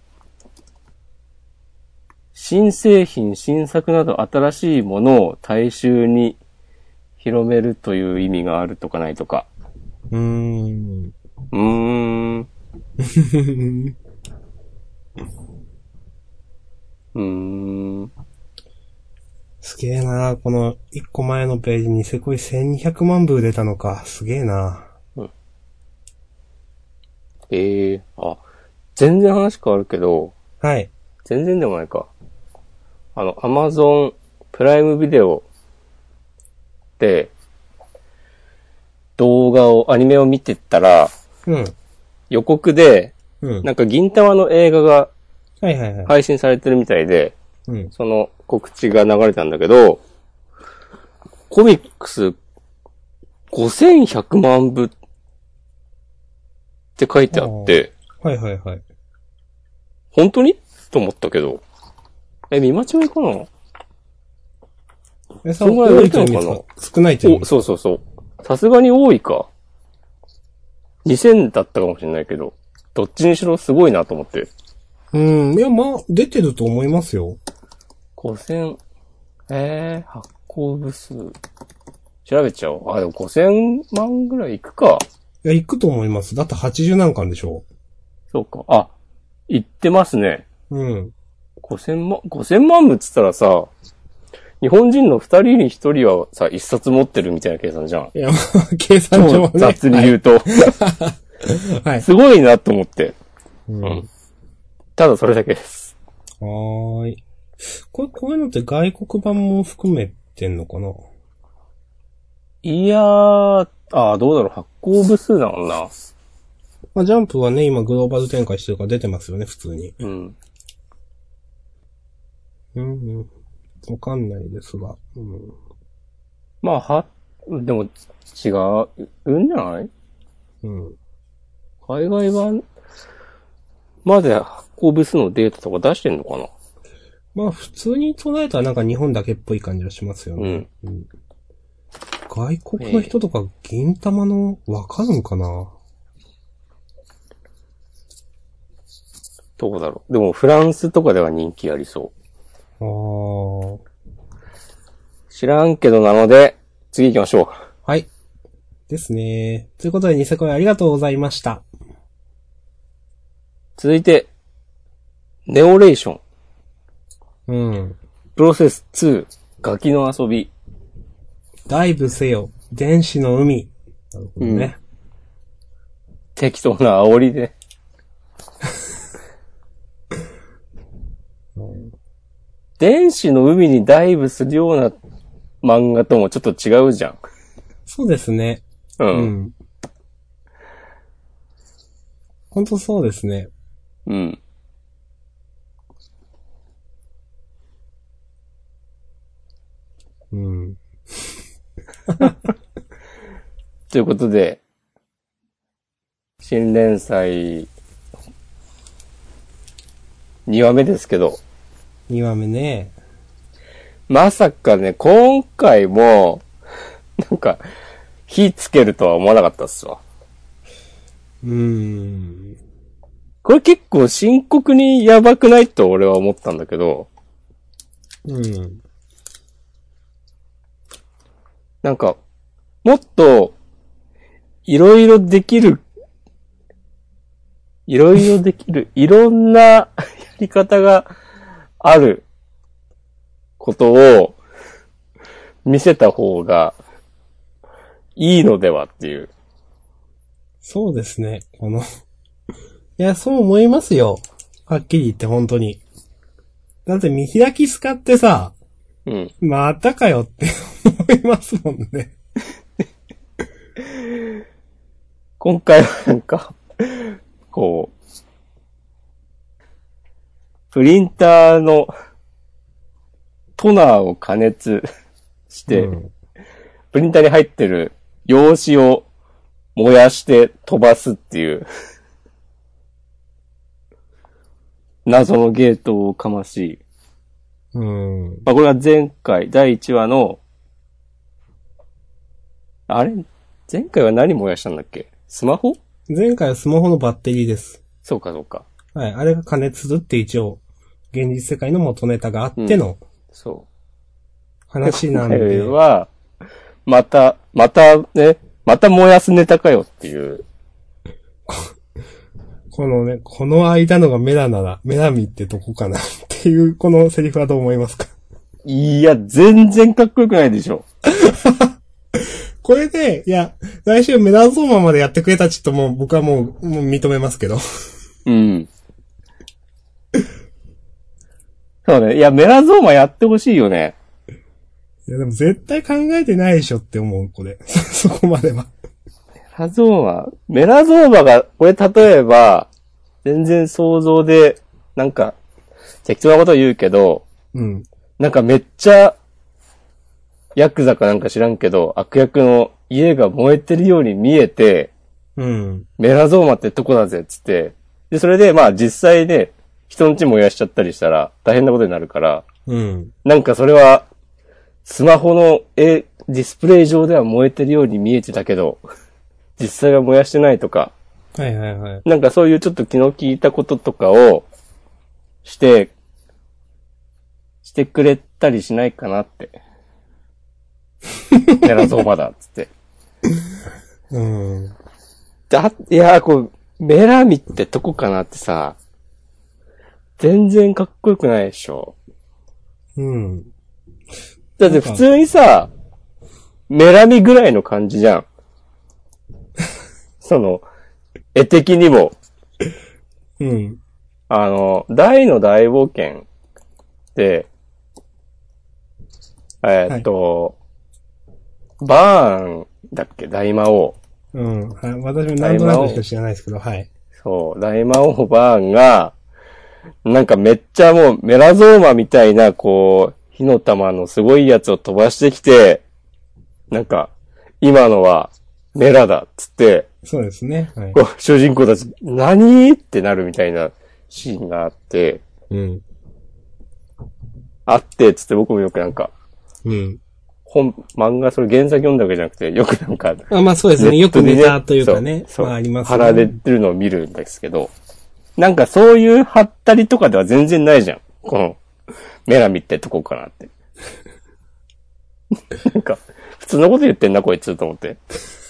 新製品、新作など新しいものを大衆に広めるという意味があるとかないとか。うーん。 すげえな、この一個前のページにセコイ1200万部出たのか。すげえな。 うん、全然話変わるけど。 はい。 全然でもないか。Amazon プライムビデオでアニメを見てったら、 うん。 予告で、 うん。 なんか銀魂の映画がはいはいはい。 配信されてるみたいで、 うん。 その告知が流れたんだけど、コミックス5100万部って書いてあって、 はいはいはい。 本当にと思ったけど、見間違いかな？ そのぐらい多いと思うか少ないと思う。 そうそうそう。さすがに多いか。2000だったかもしれないけど、どっちにしろすごいなと思って。 いや、まあ、出てると思いますよ。 5000、発行部数。調べちゃおう。でも5000万ぐらいいくか。 いや、行くと思います。だって80何巻でしょ。 そうか。いってますね。 うん。 5000万部っつったらさ、日本人の2人に1人はさ、1冊持ってるみたいな計算じゃん。 いや、まあ、計算上はね。 雑に言うと。 はい。 すごいなと思って。 うん。 ただそれだけです。 はーい。こういうのって外国版も含めてんのかないやー、どうだろう、発行部数だもんな。 まあ、ジャンプはね、今グローバル展開してるから出てますよね、普通に。 うん。 わかんないですが。 まあ、でも、違うんじゃない？ うん。 海外版まで発行部数のデータとか出してんのかな？ まあ、普通に捉えたらなんか日本だけっぽい感じはしますよね。外国の人とか銀玉のわかるんかな？ どうだろう。でもフランスとかでは人気ありそう。知らんけどなので、次行きましょう。 はい。ですね。ということで、ニセコイありがとうございました。 続いて、ネオレーション。 プロセス2、ガキの遊び。 ダイブせよ、電子の海。なるほどね。 適当な煽りで。電子の海にダイブするような漫画ともちょっと違うじゃん。 そうですね。ほんとそうですね。 ということで、新連載、2話目ですけど。 2話目ね。 まさかね、今回も、なんか、火つけるとは思わなかったっすわ。これ結構深刻にやばくないと俺は思ったんだけど。なんか、もっと、いろんなやり方があることを見せた方がいいのではっていう。 そうですね。いや、そう思いますよ。はっきり言って本当に。だって見開きスカってさ、 うん。 またかよって思いますもんね。 今回はなんか、こう、プリンターのトナーを加熱して、プリンターに入ってる用紙を燃やして飛ばすっていう謎のゲートをかまし、まあこれは前回第1話のあれ前回は何燃やしたんだっけ？スマホ？ 前回はスマホのバッテリーです。 そうかそうか。 はい。あれが加熱するって一応、現実世界の元ネタがあっての、 そう。 話なんで。 今回は、またね、また燃やすネタかよっていう。 この間のがメラなら、メラミってどこかなっていう、このセリフはどう思いますか？ いや、全然かっこよくないでしょ。 これで、いや、来週メラゾーマまでやってくれたちともう僕はもう認めますけど。 うん。そうね。いや、メラゾーマやってほしいよね。 いや、でも絶対考えてないでしょって思う、これ。そこまでは。 メラゾーマが、これ例えば、全然想像で、なんか、適当なこと言うけど、なんかめっちゃ、ヤクザかなんか知らんけど、悪役の家が燃えてるように見えて、メラゾーマってとこだぜ、つって。で、それでまあ実際ね、人の家燃やしちゃったりしたら大変なことになるから、なんかそれは、スマホのディスプレイ上では燃えてるように見えてたけど、実際は燃やしてないとか、なんかそういうちょっと気の利いたこととかをしてくれたりしないかなって。メラゾーマだ、つって。いや、メラミってとこかなってさ、全然かっこよくないでしょ。だって普通にさ、メラミぐらいの感じじゃん。絵的にも。大の大冒険って、バーンだっけ大魔王。 はい。私もなんとなくしか知らないですけど、はい。 そう、大魔王バーンが、なんかめっちゃもうメラゾーマみたいな、火の玉のすごいやつを飛ばしてきて、なんか、今のはメラだっつって、 そうですね。はい、 主人公たち、何ってなるみたいなシーンがあって、あってつって僕もよくなんか、漫画それ原作読んだわけじゃなくて、よくなんか、 まあそうですね。よくネタというかね。 そう、 ありますね。 貼られてるのを見るんですけど、なんかそういう貼ったりとかでは全然ないじゃん。この、メラミってとこかなって。なんか、普通のこと言ってんな、こいつと思って。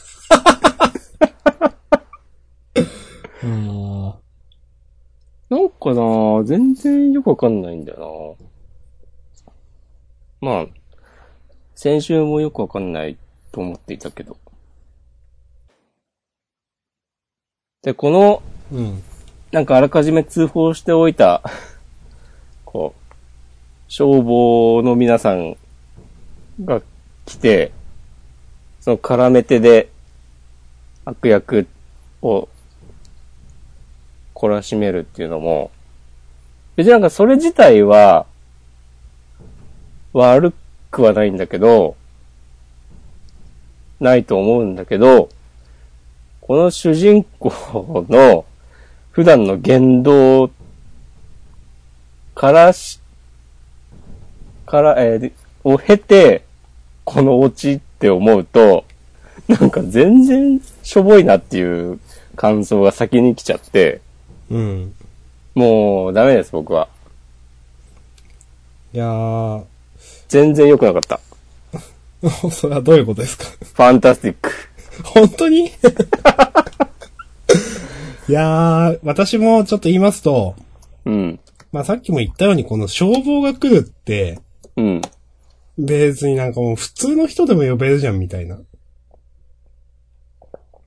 なんかな全然よくわかんないんだよな。まあ、先週もよくわかんないと思っていたけど。で、なんかあらかじめ通報しておいた、消防の皆さんが来て、その絡め手で悪役を懲らしめるっていうのも、別になんかそれ自体は悪くはないんだけど、ないと思うんだけど、この主人公の普段の言動を経て、このオチって思うと、なんか全然しょぼいなっていう感想が先に来ちゃって、もうダメです、僕は。 いやー。 全然良くなかった。 それはどういうことですか？ ファンタスティック。 本当に？いやー、私もちょっと言いますと、まあさっきも言ったようにこの消防が来るって、別になんかもう普通の人でも呼べるじゃんみたいな。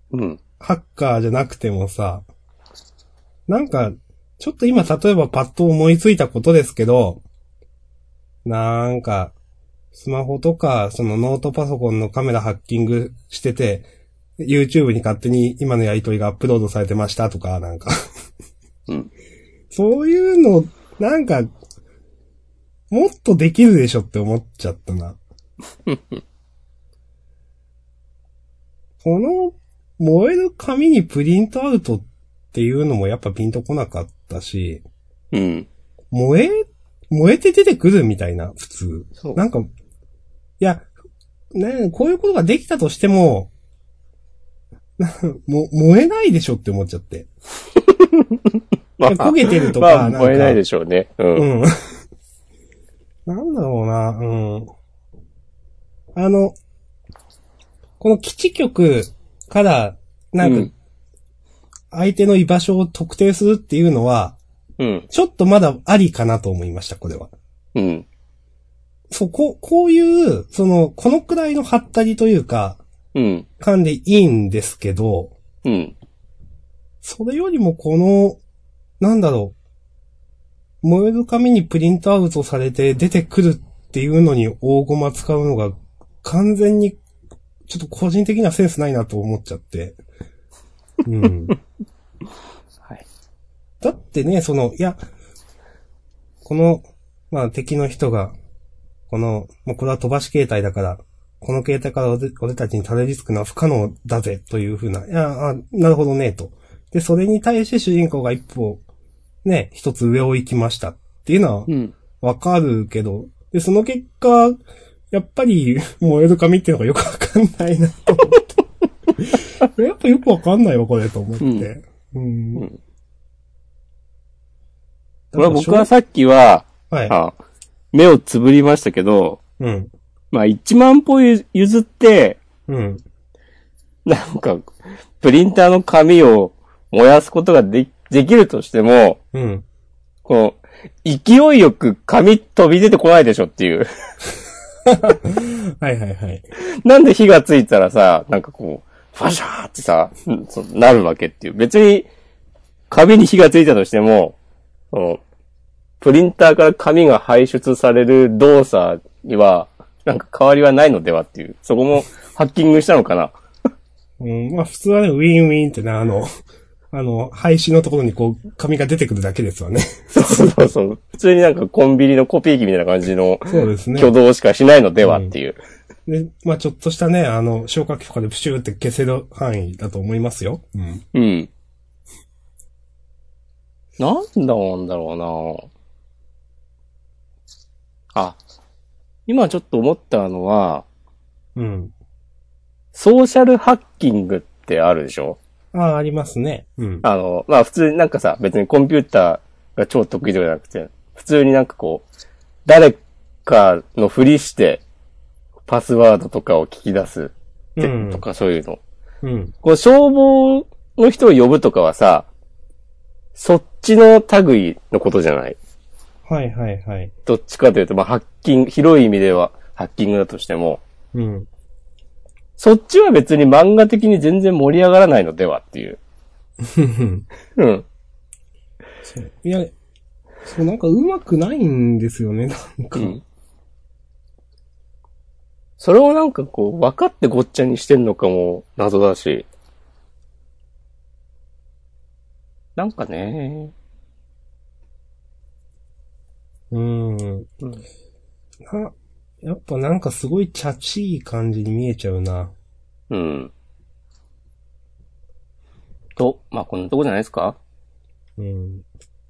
うん。 ハッカーじゃなくてもさ、なんか、ちょっと今例えばパッと思いついたことですけど、なんか、スマホとか、そのノートパソコンのカメラハッキングしてて、YouTube に勝手に今のやりとりがアップロードされてましたとか、なんかうん。 そういうの、なんか、もっとできるでしょって思っちゃったな。この、燃える紙にプリントアウトっていうのもやっぱピンとこなかったし、 うん。 燃えて出てくるみたいな、普通。 そう。 なんか、いや、ね、こういうことができたとしても、燃えないでしょって思っちゃって。 まあ、 焦げてるとまか、 あ、 なんか。 燃えないでしょうね。うん。 うん。なんだろうな、うん。この基地局から、なんか、相手の居場所を特定するっていうのは、 うん。 ちょっとまだありかなと思いました、これは。 うん。 こういう、このくらいのハったりというか、 うん。 感でいいんですけど、 うん。 それよりもこの、なんだろう、燃える紙にプリントアウトされて出てくるっていうのに大駒使うのが、完全に、ちょっと個人的にはセンスないなと思っちゃって。うん。 はい。 だってね、いや、この、まあ敵の人が、もうこれは飛ばし形態だから、この形態から俺たちにたどり着くのは不可能だぜ、というふうな、いや、なるほどね、と。で、それに対して主人公が一歩、ね、一つ上を行きましたっていうのは、 うん。 わかるけど、で、その結果、やっぱり、燃える紙っていうのがよくわかんないな、と思って。やっぱよくわかんないわ、これ、と思って。うん。 これは僕はさっきは、 はい。 目をつぶりましたけど、 うん。 まあ1万歩譲って、 うん。 なんか、プリンターの紙を燃やすことができるとしても、 うん。 こう、勢いよく紙飛び出てこないでしょっていう。 はいはいはい。 なんで火がついたらさ、なんかこう、ファシャーってさ、なるわけっていう。別に、紙に火がついたとしても、プリンターから紙が排出される動作には、なんか変わりはないのではっていう。そこもハッキングしたのかな。 うん、まあ普通はね、ウィンウィンってね、廃止のところにこう、紙が出てくるだけですわね。 そうそう。普通になんかコンビニのコピー機みたいな感じのそうですね。 挙動しかしないのではっていう。 で、まあちょっとしたね、消火器とかでプシューって消せる範囲だと思いますよ。うん。 うん。なんだろうな。あ、今ちょっと思ったのは、 うん。 ソーシャルハッキングってあるでしょ？ ありますね。うん。 まあ普通になんかさ、別にコンピューターが超得意とかじゃなくて、普通になんかこう、誰かのふりして、パスワードとかを聞き出す、とかそういうの。 うん。 こう消防の人を呼ぶとかはさ、そっちの類のことじゃない？ はいはいはい。 どっちかというと、まあハッキング、広い意味ではハッキングだとしても、 うん。 そっちは別に漫画的に全然盛り上がらないのではっていう。うん。 いや、なんか上手くないんですよね、なんか。 うん。それをなんかこう、分かってごっちゃにしてんのかも謎だし。なんかね。 うん。やっぱなんかすごいチャチい感じに見えちゃうな。 うん。まあこんなとこじゃないですか？ うん。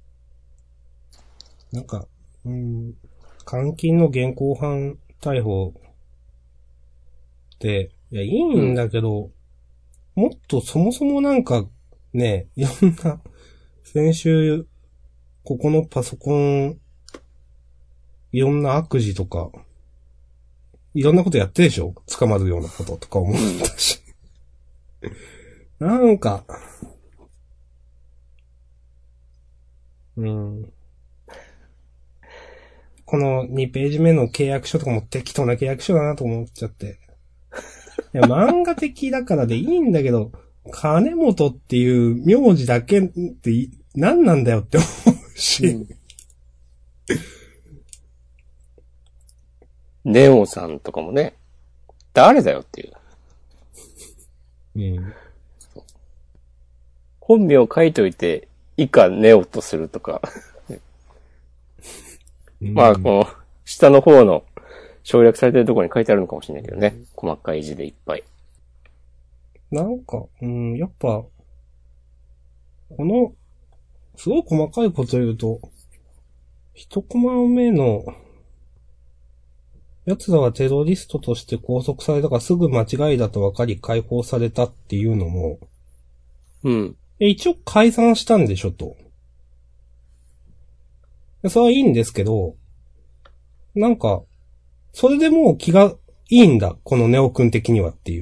なんか、うん。監禁の現行犯逮捕って、いや、いいんだけど、もっとそもそもなんか、ね、いろんな、先週、ここのパソコン、いろんな悪事とか、いろんなことやってるでしょ？捕まるようなこととか思ったし。なんか、この2ページ目の契約書とかも適当な契約書だなと思っちゃって。いや、漫画的だからでいいんだけど、 金本っていう名字だけって何なんだよって思うし。 ネオさんとかもね、誰だよっていう。本名を書いといて、以下ネオとするとか。まあ、この、下の方の省略されてるところに書いてあるのかもしれないけどね。細かい字でいっぱい。 なんか、やっぱ、この、すごい細かいこと言うと、一コマ目の、奴らはテロリストとして拘束されたがすぐ間違いだと分かり解放されたっていうのも、一応解散したんでしょと。それはいいんですけど、なんか、それでもう気がいいんだ、このネオ君的にはっていう。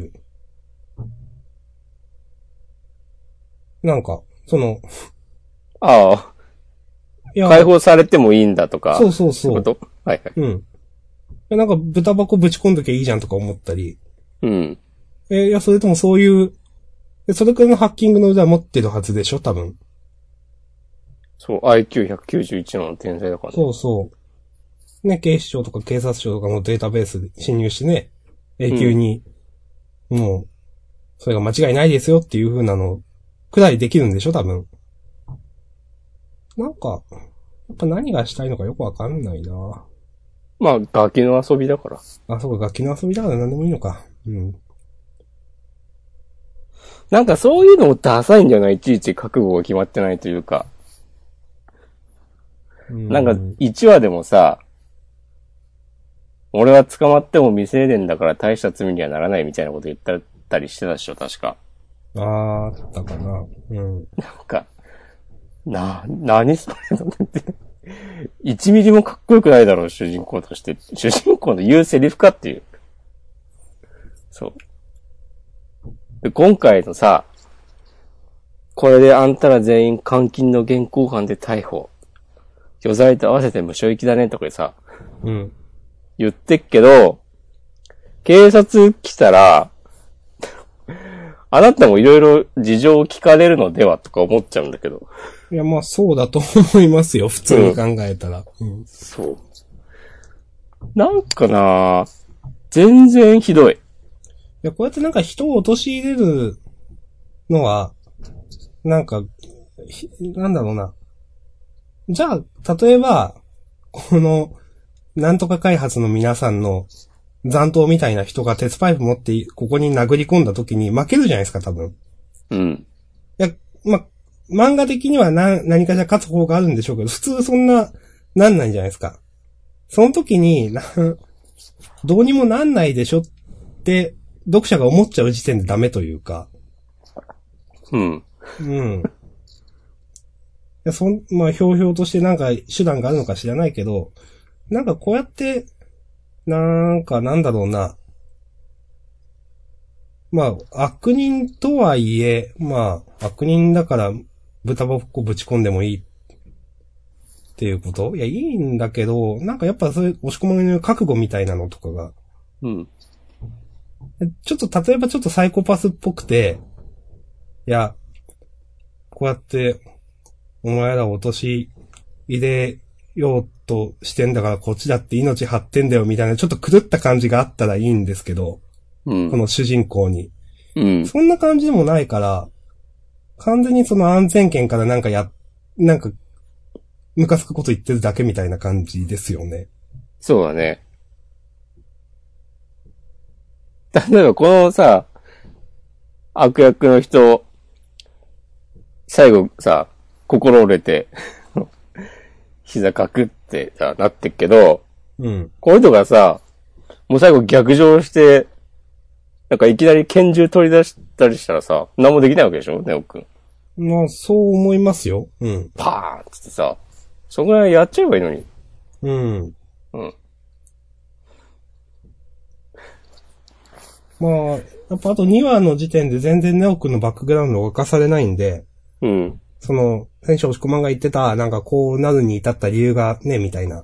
なんか、 ああ。解放されてもいいんだとか。 そうそうそう。 ことはいはい。 なんか豚箱ぶち込んどきゃいいじゃんとか思ったり。 いや、それともそういう、それくらいのハッキングの腕は持ってるはずでしょ、多分。 そう、IQ191 の天才だからね。 そうそう。ね、警視庁とか警察庁とかのデータベースで侵入してね、永久に、もう、それが間違いないですよっていう風なの、くらいできるんでしょ、多分。なんか、やっぱ何がしたいのかよくわかんないな。 まあ、ガキの遊びだから。 あ、そうか、楽器の遊びだから何でもいいのか。 なんかそういうのもダサいんじゃない？いちいち覚悟が決まってないというか。なんか、1話でもさ、俺は捕まっても未成年だから大した罪にはならないみたいなこと言ったりしてたでしょ、確か。 あったかな。 なんか、何それのって。1ミリもかっこよくないだろう、主人公として。主人公の言うセリフかっていう。そう。で、今回のさ、これであんたら全員監禁の現行犯で逮捕。余罪と合わせて無償行きだねとかでさ、言ってっけど、警察来たら、あなたもいろいろ事情を聞かれるのではとか思っちゃうんだけど。 いや、まあそうだと思いますよ、普通に考えたら。 そう。なんかな全然ひどい。 いや、こうやってなんか人を陥れるのは、なんか、なんだろうな。じゃあ、例えば、この、なんとか開発の皆さんの残党みたいな人が鉄パイプ持ってここに殴り込んだ時に負けるじゃないですか、多分。いや、漫画的には何かしら勝つ方があるんでしょうけど、普通そんな、なんないじゃないですか。その時に、どうにもなんないでしょって、読者が思っちゃう時点でダメというか。いやまあ、ひょうひょうとしてなんか手段があるのか知らないけど、なんかこうやって、なんだろうな。まあ、悪人とはいえ、まあ、悪人だから豚箱ぶち込んでもいいっていうこと？いや、いいんだけど、なんかやっぱそういう押し込まれる覚悟みたいなのとかが。ちょっと、例えばちょっとサイコパスっぽくて、いや、こうやって、お前らを陥れようとしてんだからこっちだって命張ってんだよみたいなちょっと狂った感じがあったらいいんですけど、この主人公に、そんな感じでもないから、完全にその安全圏からなんかムカつくこと言ってるだけみたいな感じですよね。 そうだね。例えばこのさ、悪役の人、最後さ、心折れて、膝かくってさ、なってっけど、この人がさ、もう最後逆上して、なんかいきなり拳銃取り出したりしたらさ、何もできないわけでしょネオくん。 まあ、そう思いますよ。 パーンつってさ、そんぐらいやっちゃえばいいのに。 まあ、やっぱあと2話の時点で全然ネオくんのバックグラウンドを明かされないんで、その、先週押し込まんが言ってた、なんかこうなるに至った理由がね、みたいな。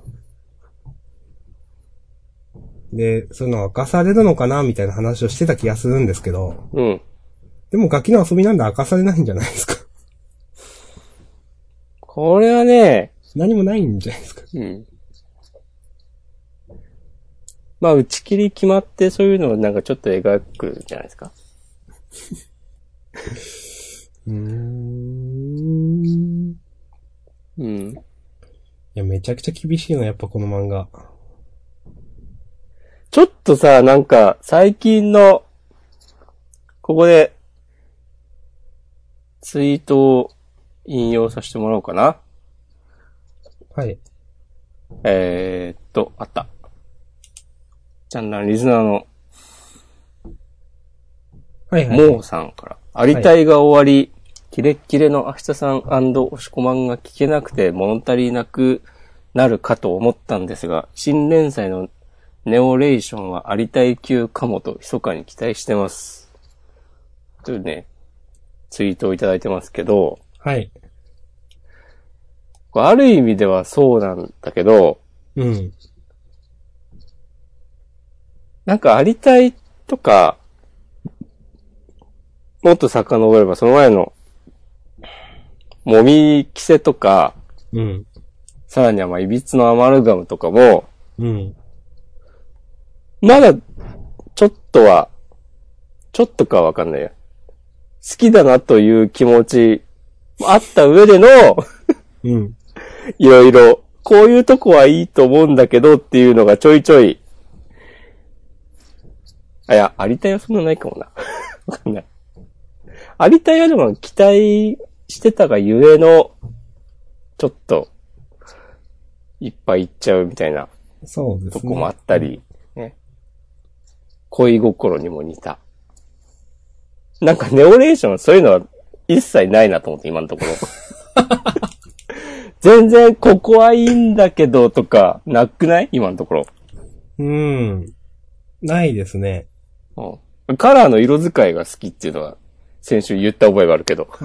で、そういうのは明かされるのかなみたいな話をしてた気がするんですけど、 でもガキの遊びなんで明かされないんじゃないですか。 これはね、 何もないんじゃないですか。 うん。まあ、打ち切り決まってそういうのをなんかちょっと描くじゃないですか。うん。 いや、めちゃくちゃ厳しいの、やっぱこの漫画。 ちょっとさ、なんか、最近の、ここで、ツイートを引用させてもらおうかな。 はい。 あった。ちゃんなリスナーの、 はいはい、 モーさんから、ありたいが終わり、キレッキレの明日さん押し込まんが聞けなくて物足りなくなるかと思ったんですが、新連載のネオレーションはありたい級かもと密かに期待してます。というね、ツイートをいただいてますけど、 はい。 ある意味ではそうなんだけど、 うん。 なんかありたいとか、もっと遡ればその前の、もみキセとか、 うん。 さらにはまあ、いびつのアマルガムとかも、 うん。 まだ、ちょっとかわかんないや。好きだなという気持ち、あった上での、 うん。 いろいろ、こういうとこはいいと思うんだけどっていうのがちょいちょい、ありたいはそんなないかもな。わかんない。ありたいはでも期待してたがゆえの、ちょっと、いっぱいいっちゃうみたいな、 そうですね。 とこもあったり、ね。恋心にも似た。なんかネオレーションそういうのは一切ないなと思って今のところ。全然ここはいいんだけどとか、なくない今のところ。 ないですね。 カラーの色使いが好きっていうのは、先週言った覚えがあるけど。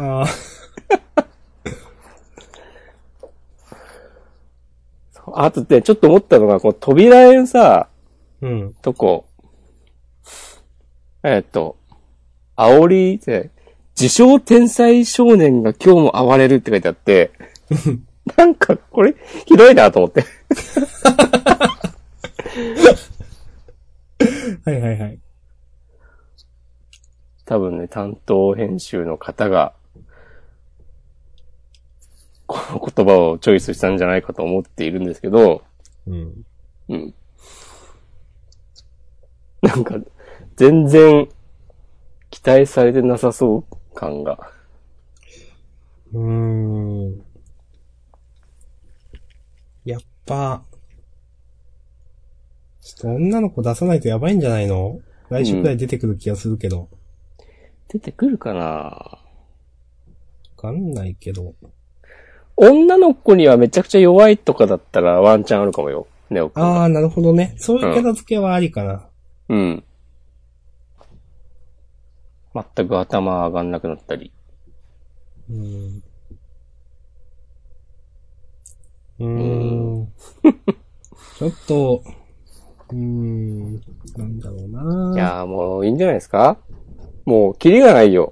あとで、ちょっと思ったのが、この扉絵さ、とこ、煽りって、自称天才少年が今日も暴れるって書いてあって、なんか、これ、ひどいなと思って。 はいはいはい。 多分ね、担当編集の方が、この言葉をチョイスしたんじゃないかと思っているんですけど、なんか、全然、期待されてなさそう感が。 やっぱ、ちょっと女の子出さないとやばいんじゃないの？来週くらい出てくる気がするけど。 出てくるかな？わかんないけど。 女の子にはめちゃくちゃ弱いとかだったらワンチャンあるかもよ。ネオ君。 なるほどね。そういうキャラ付けはありかな。 全く頭上がんなくなったり。 ちょっと、なんだろうな。 いやーもういいんじゃないですか？もう、キリがないよ。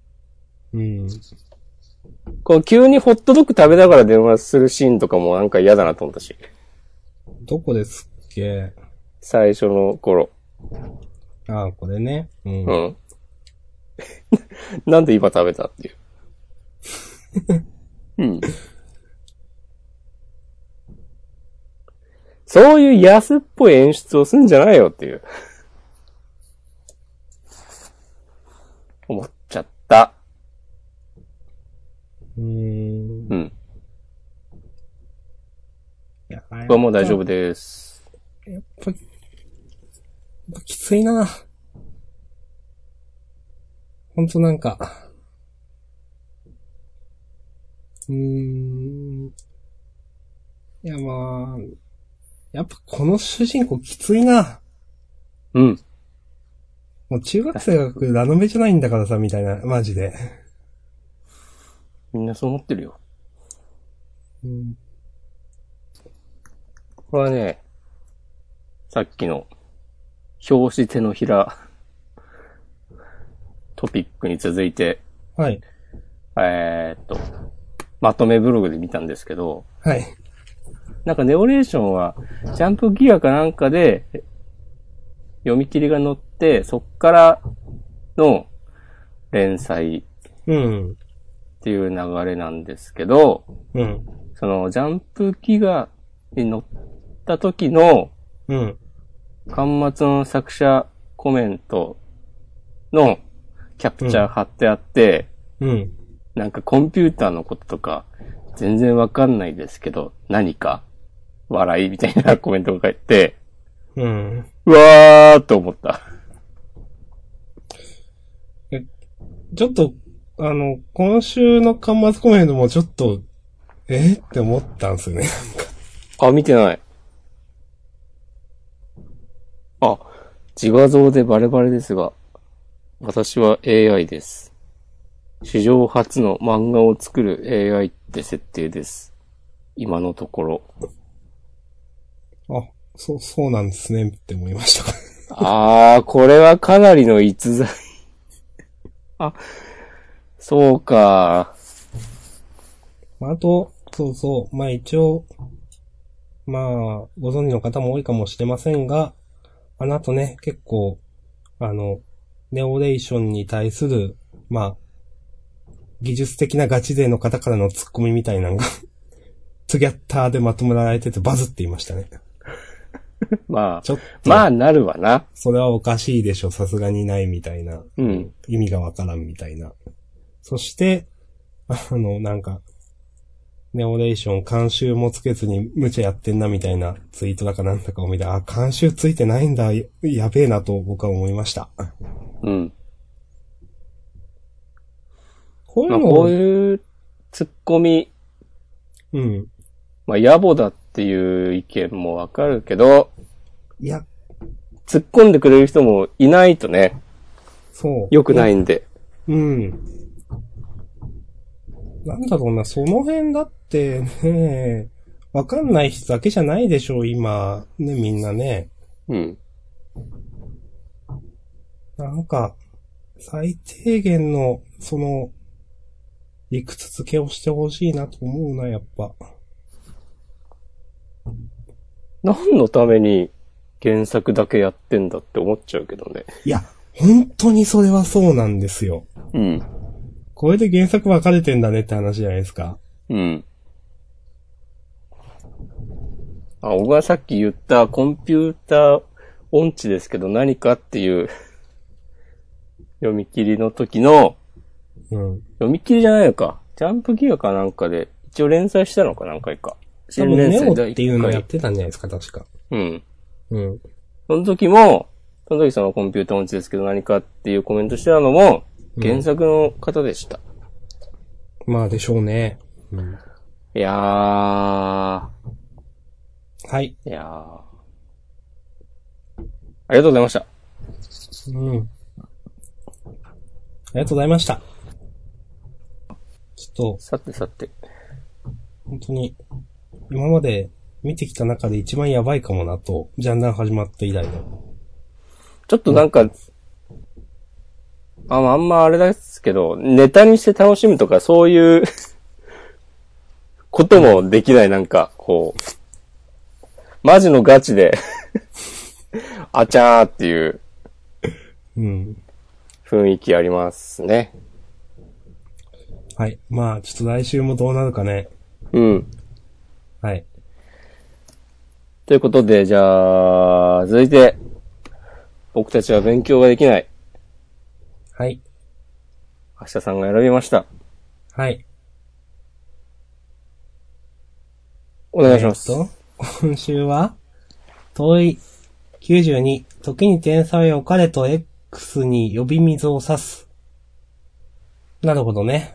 こう急にホットドッグ食べながら電話するシーンとかもなんか嫌だなと思ったし。 どこですっけ？ 最初の頃。 これね。 なんで今食べたっていう。そういう安っぽい演出をすんじゃないよっていう。思っちゃった。僕はもう大丈夫です。 やっぱきついな。ほんとなんか。いやまあ、やっぱこの主人公きついな。もう中学生が来るラノベじゃないんだからさ、みたいな、マジで。 みんなそう思ってるよ。これはね、さっきの表紙手のひらトピックに続いて、 はい。 まとめブログで見たんですけど、 はい。 なんかネオレーションは、ジャンプギアかなんかで、読み切りが載って、そっからの連載うん。 っていう流れなんですけど、 うん。 そのジャンプギガに載った時の、 うん。 端末の作者コメントのキャプチャー貼ってあって、 うん。 なんかコンピューターのこととか全然わかんないですけど、何か笑いみたいなコメントが書いて、 うん。 うわーっと思った。 ちょっと、今週の端末コメントもちょっと、って思ったんですよね。 あ、見てない。あ、自画像でバレバレですが、私は AI です。史上初の漫画を作る AI って設定です。今のところ。 あ、そうなんですねって思いました。 これはかなりの逸材。あ、そうか。 あと、そうそう。まあ一応、まあ、ご存知の方も多いかもしれませんが、あの後ね、結構、ネオレーションに対する、まあ、技術的なガチ勢の方からのツッコミみたいなのがツギャッターでまとめられててバズっていましたね。 まちょっあ、 と、 まあなるわな。 それはおかしいでしょ、さすがにないみたいな。 うん。 意味がわからんみたいな。そして、なんか、ネオレーション監修もつけずに無茶やってんなみたいなツイートだかなんだかを見て、監修ついてないんだ、やべえなと僕は思いました。 うん。 こういうの、 こういうツッコミ、 うん。 野暮だっていう意見もわかるけど、 いや、 突っ込んでくれる人もいないとね、 そう。 良くないんで。 うん。なんだろうな、その辺だってね、わかんない人だけじゃないでしょう、今。ね、みんなね。 うん。 なんか、最低限の、理屈付けをしてほしいなと思うな、やっぱ。 何のために原作だけやってんだって思っちゃうけどね。 いや、本当にそれはそうなんですよ。 うん。 これで原作分かれてんだねって話じゃないですか。 うん。僕がさっき言ったコンピューター音痴ですけど何かっていう読み切りの時の、 うん。 読み切りじゃないのか。ジャンプギガかなんかで一応連載したのか何回か。 多分ネオっていうの第一回やってたんじゃないですか、確か。 うん。 うん。 その時そのコンピューター音痴ですけど何かっていうコメントしてたのも原作の方でした。 まあでしょうね。うん。 いやー。 はい。 いやー。ありがとうございました。 うん。ありがとうございました。ちょっと、 さて。 本当に、今まで見てきた中で一番やばいかもなと、ジャンダン始まって以来の。 ちょっとなんか、あんまあれですけど、ネタにして楽しむとかそういうこともできないなんか、こう、マジのガチであちゃーっていう雰囲気ありますね。 はい。まあ、ちょっと来週もどうなるかね。 うん。 はい。 ということで、じゃあ、続いて、僕たちは勉強ができない。 はい。 明日さんが選びました。 はい。 お願いします。 今週は、問い92、時に天才を彼と X に呼び水を差す。なるほどね。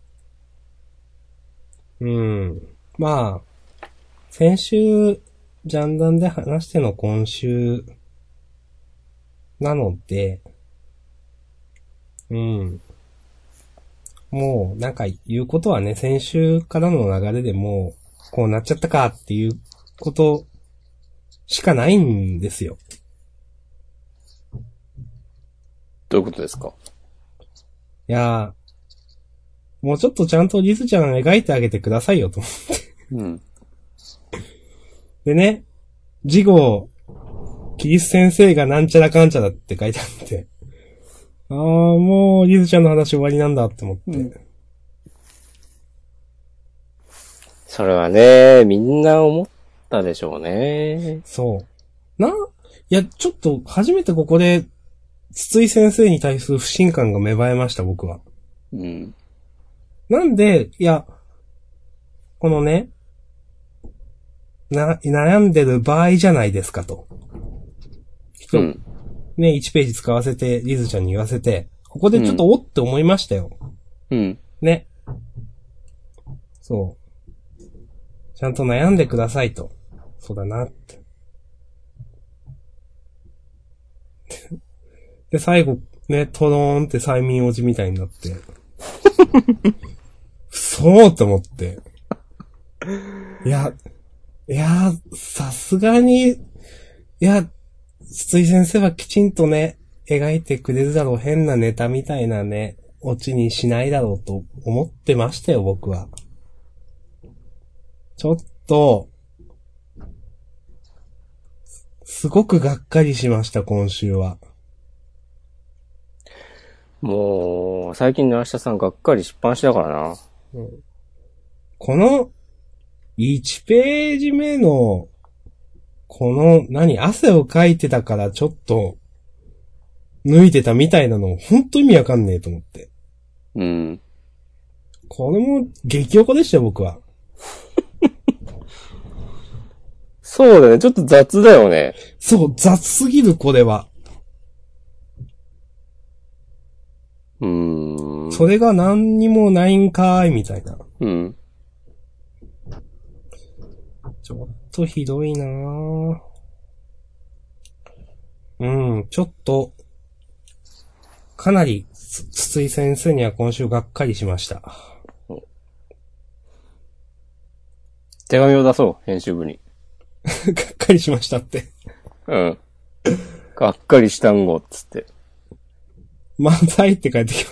まあ、先週、ジャンダンで話しての今週、なので、もう、なんか言うことはね、先週からの流れでもう、こうなっちゃったかっていうことしかないんですよ。 どういうことですか？ いやー、もうちょっとちゃんとリズちゃん描いてあげてくださいよと思って。 うん。 でね、次号、キリス先生がなんちゃらかんちゃらって書いてあって、もうリズちゃんの話終わりなんだって思って。うん、 それはね、みんな思ったでしょうね。 そう。いや、ちょっと初めてここで、筒井先生に対する不信感が芽生えました、僕は。 うん。 なんで、いや、このね、悩んでる場合じゃないですかと。 うん。 ね、1ページ使わせて、リズちゃんに言わせて、ここでちょっとおって思いましたよ。 うん。 ね。そう。ちゃんと悩んでくださいと。そうだなって。で、最後、ね、トローンって催眠おじみたいになって。そうと思って。いや、さすがに、いや、筒井先生はきちんとね、描いてくれるだろう。変なネタみたいなね、オチにしないだろうと思ってましたよ、僕は。ちょっと、すごくがっかりしました、今週は。 もう、最近の明日さんがっかりしっぱなしだからな。 うん、この、1ページ目の、この、汗をかいてたからちょっと、脱いでたみたいなの、ほんと意味わかんねえと思って。 うん。 これも、激おこでしたよ、僕は。 そうだね、ちょっと雑だよね。 そう、雑すぎる、これは。それが何にもないんかーい、みたいな。 うん。 ちょっとひどいなぁ。ちょっと、かなり、筒井先生には今週がっかりしました。 手紙を出そう、編集部に。 がっかりしましたって。 うん。がっかりしたんご、つって。 漫才って帰ってきます。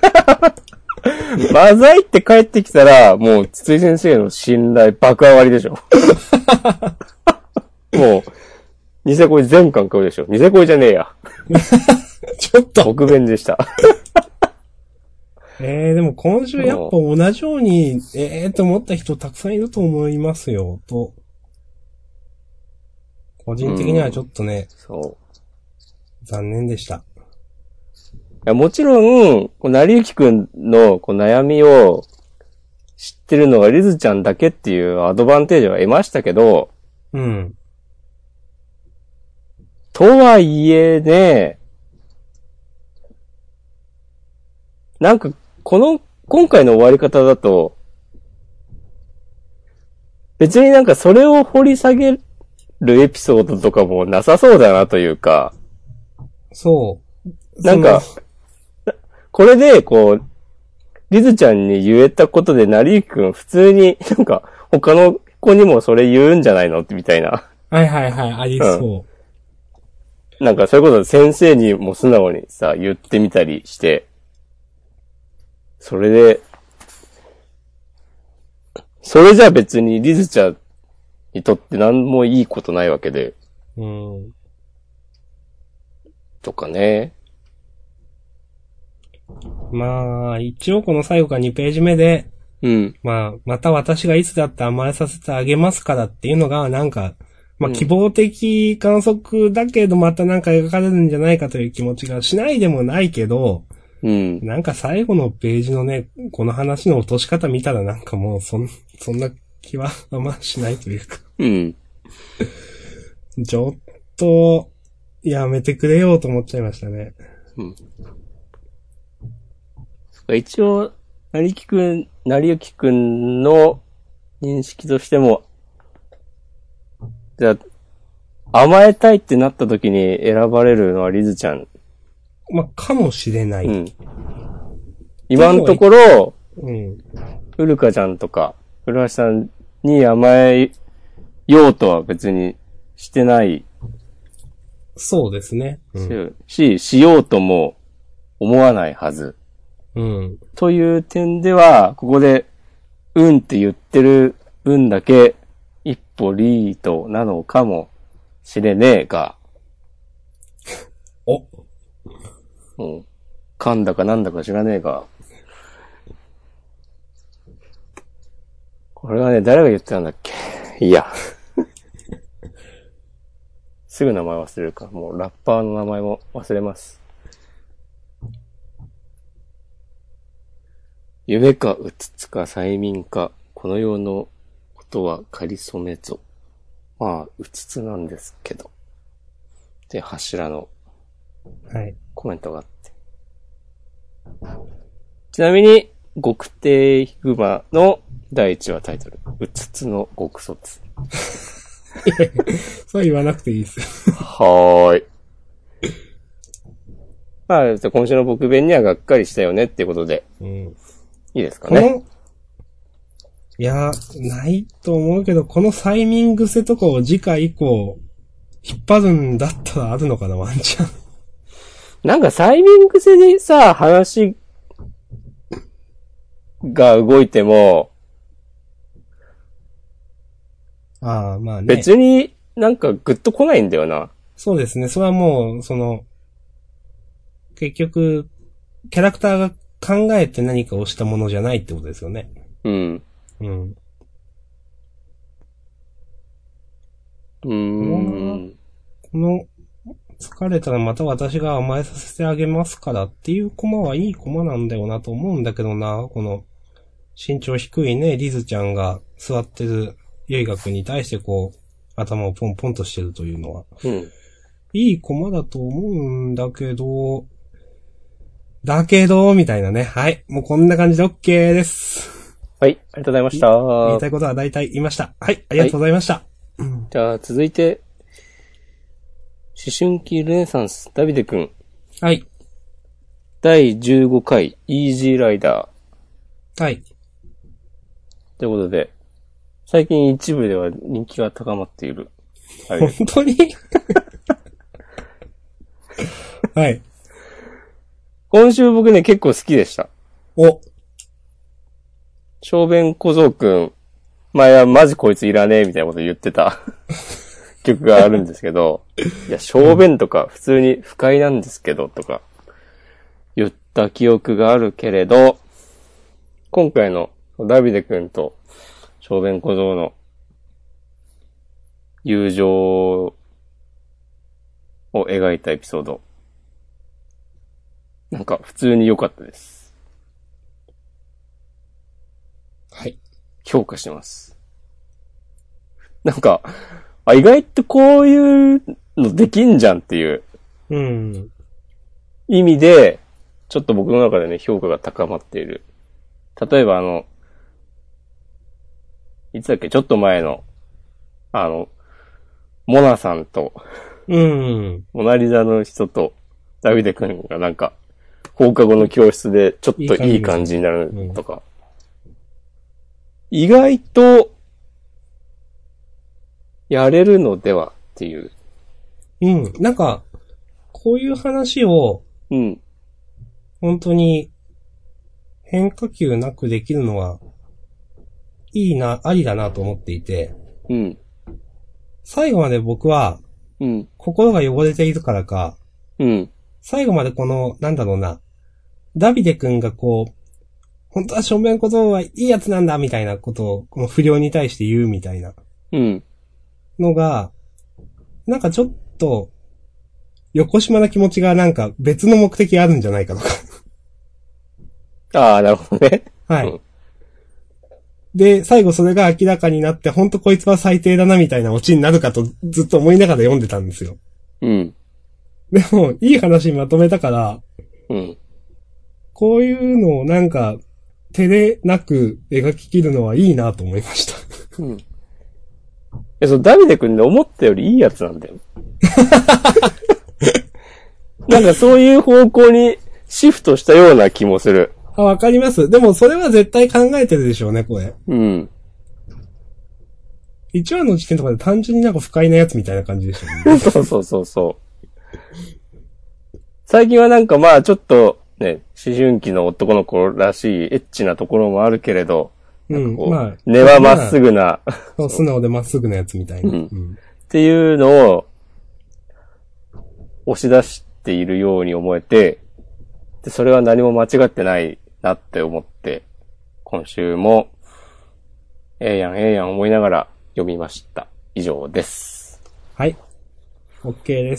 漫才って帰ってきたら、もう、筒井先生の信頼爆上がりでしょ。もう、ニセ恋全巻買うでしょ。ニセ恋じゃねえや。 ちょっと。 僕弁でした。 でも今週やっぱ同じように、と思った人たくさんいると思いますよ、と。個人的にはちょっとね、 そう。 残念でした。 いやもちろん、成幸くんの悩みを知ってるのがリズちゃんだけっていうアドバンテージは得ましたけど、 うん。 とはいえね、なんか、今回の終わり方だと、別になんかそれを掘り下げるエピソードとかもなさそうだなというか、 そう。 なんか、これでリズちゃんに言えたことで成幸くん普通になんか他の子にもそれ言うんじゃないのってみたいな。 はいはいはい、ありそう。 なんかそれこそ先生にも素直にさ、言ってみたりして、それで、それじゃ別にリズちゃんにとって何もいいことないわけで。とかね。 まあ、一応この最後から2ページ目で、まあ、また私がいつだって甘えさせてあげますからっていうのが、なんか、まあ、希望的観測だけど、またなんか描かれるんじゃないかという気持ちがしないでもないけど、なんか最後のページのね、この話の落とし方見たらなんかもうそんな気はあんましないというか。ちょっと、やめてくれようと思っちゃいましたね。 一応、成幸くんの認識としても、じゃあ、甘えたいってなった時に選ばれるのはリズちゃん。 まあ、かもしれない。 今のところ、うるかちゃんとか、古橋さんに甘えようとは別にしてない。 そうですね。 しようとも思わないはず。 うん。 という点では、ここで、うんって言ってる分だけ、一歩リードなのかもしれねえが。 お。 うん。噛んだかなんだか知らねえが。これはね、誰が言ってたんだっけ。いや。すぐ名前忘れるか。もうラッパーの名前も忘れます。夢かうつつか催眠か、この世のことはかりそめぞ。まあ、うつつなんですけど。で、柱のコメントがあって。ちなみに、極低ヒグマの第1話タイトル。うつつの極卒。 そう言わなくていいです。 はーい。まあ、今週の僕弁にはがっかりしたよねっていうことで。うん。いいですかね。 いや、ないと思うけど、この催眠癖とかを次回以降、引っ張るんだったらあるのかな、ワンチャン。 なんか催眠癖でさ、話が動いても、 ああ、まあね。 別になんかグッと来ないんだよな。 そうですね。それはもう、結局、キャラクターが考えて何かをしたものじゃないってことですよね。 うん。 うん。この、疲れたらまた私が甘えさせてあげますからっていうコマはいいコマなんだよなと思うんだけどな、この、身長低いね、リズちゃんが座ってるゆいがくんに対してこう、頭をポンポンとしてるというのは、 うん。 いいコマだと思うんだけど、みたいなね。はい。もうこんな感じで OK です。 はい、ありがとうございました。 言いたいことは大体言いました。はい、ありがとうございました。 はい、じゃあ、続いて、思春期ルネサンス、ダビデくん。 はい。 第15回、イージーライダー。はい。 ということで、最近一部では人気が高まっている。 本当にはい。 今週僕ね、結構好きでした。 お。 小弁小僧くん、前はマジこいついらねえみたいなこと言ってた曲があるんですけど、いや、小弁とか普通に不快なんですけどとか言った記憶があるけれど、今回のダビデくんと小弁小僧の友情を描いたエピソード。なんか普通に良かったです。 はい。 評価してます。なんか、意外とこういうのできんじゃんっていう意味で、ちょっと僕の中でね、評価が高まっている。例えばいつだっけ、ちょっと前の、モナさんと、モナリザの人と、ダビデ君がなんか、放課後の教室でちょっといい感じになるとか。意外と、やれるのではっていう。 なんか、こういう話を、本当に、変化球なくできるのは、いいな、ありだなと思っていて、最後まで僕は、心が汚れているからか、最後までこの、なんだろうな、ダビデ君がこう、本当は正面小僧はいいやつなんだみたいなことを、この不良に対して言うみたいな、のが、なんかちょっと、横島な気持ちがなんか別の目的あるんじゃないかとか。 ああ、なるほどね。 はい。で、最後それが明らかになって、ほんとこいつは最低だなみたいなオチになるかとずっと思いながら読んでたんですよ。でも、いい話にまとめたから、こういうのをなんか、照れなく描き切るのはいいなと思いました。 ダビデ君ね、思ったよりいいやつなんだよ。なんかそういう方向にシフトしたような気もする。 わかります。でもそれは絶対考えてるでしょうね、これ。1話の時点とかで単純になんか不快なやつみたいな感じでしたね。 そう。最近はなんかまあちょっとね、思春期の男の子らしいエッチなところもあるけれど、 うん、まあ。 根はまっすぐな。 そう、素直でまっすぐなやつみたいな。 うん。っていうのを、押し出しているように思えて、で、それは何も間違ってないなって思って、今週も、ええやん思いながら読みました。以上です。 はい。OK です。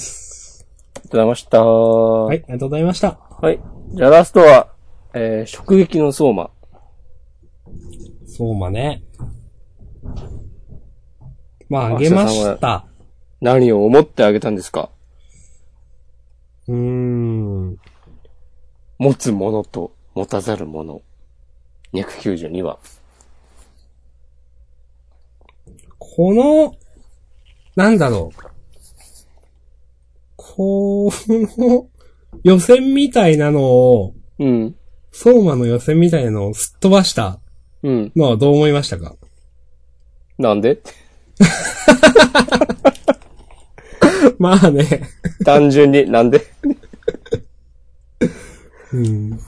ありがとうございました。 はい、ありがとうございました。 はい。じゃあラストは、直撃の相馬。 相馬ね。まあ、あげました。 何を思ってあげたんですか？ 持つものと持たざるもの。292話。 この、なんだろう。この予選みたいなのを、 うん。 相馬の予選みたいなのをすっ飛ばしたのはどう思いましたか？ なんでまあね。 単純に、なんでうん。い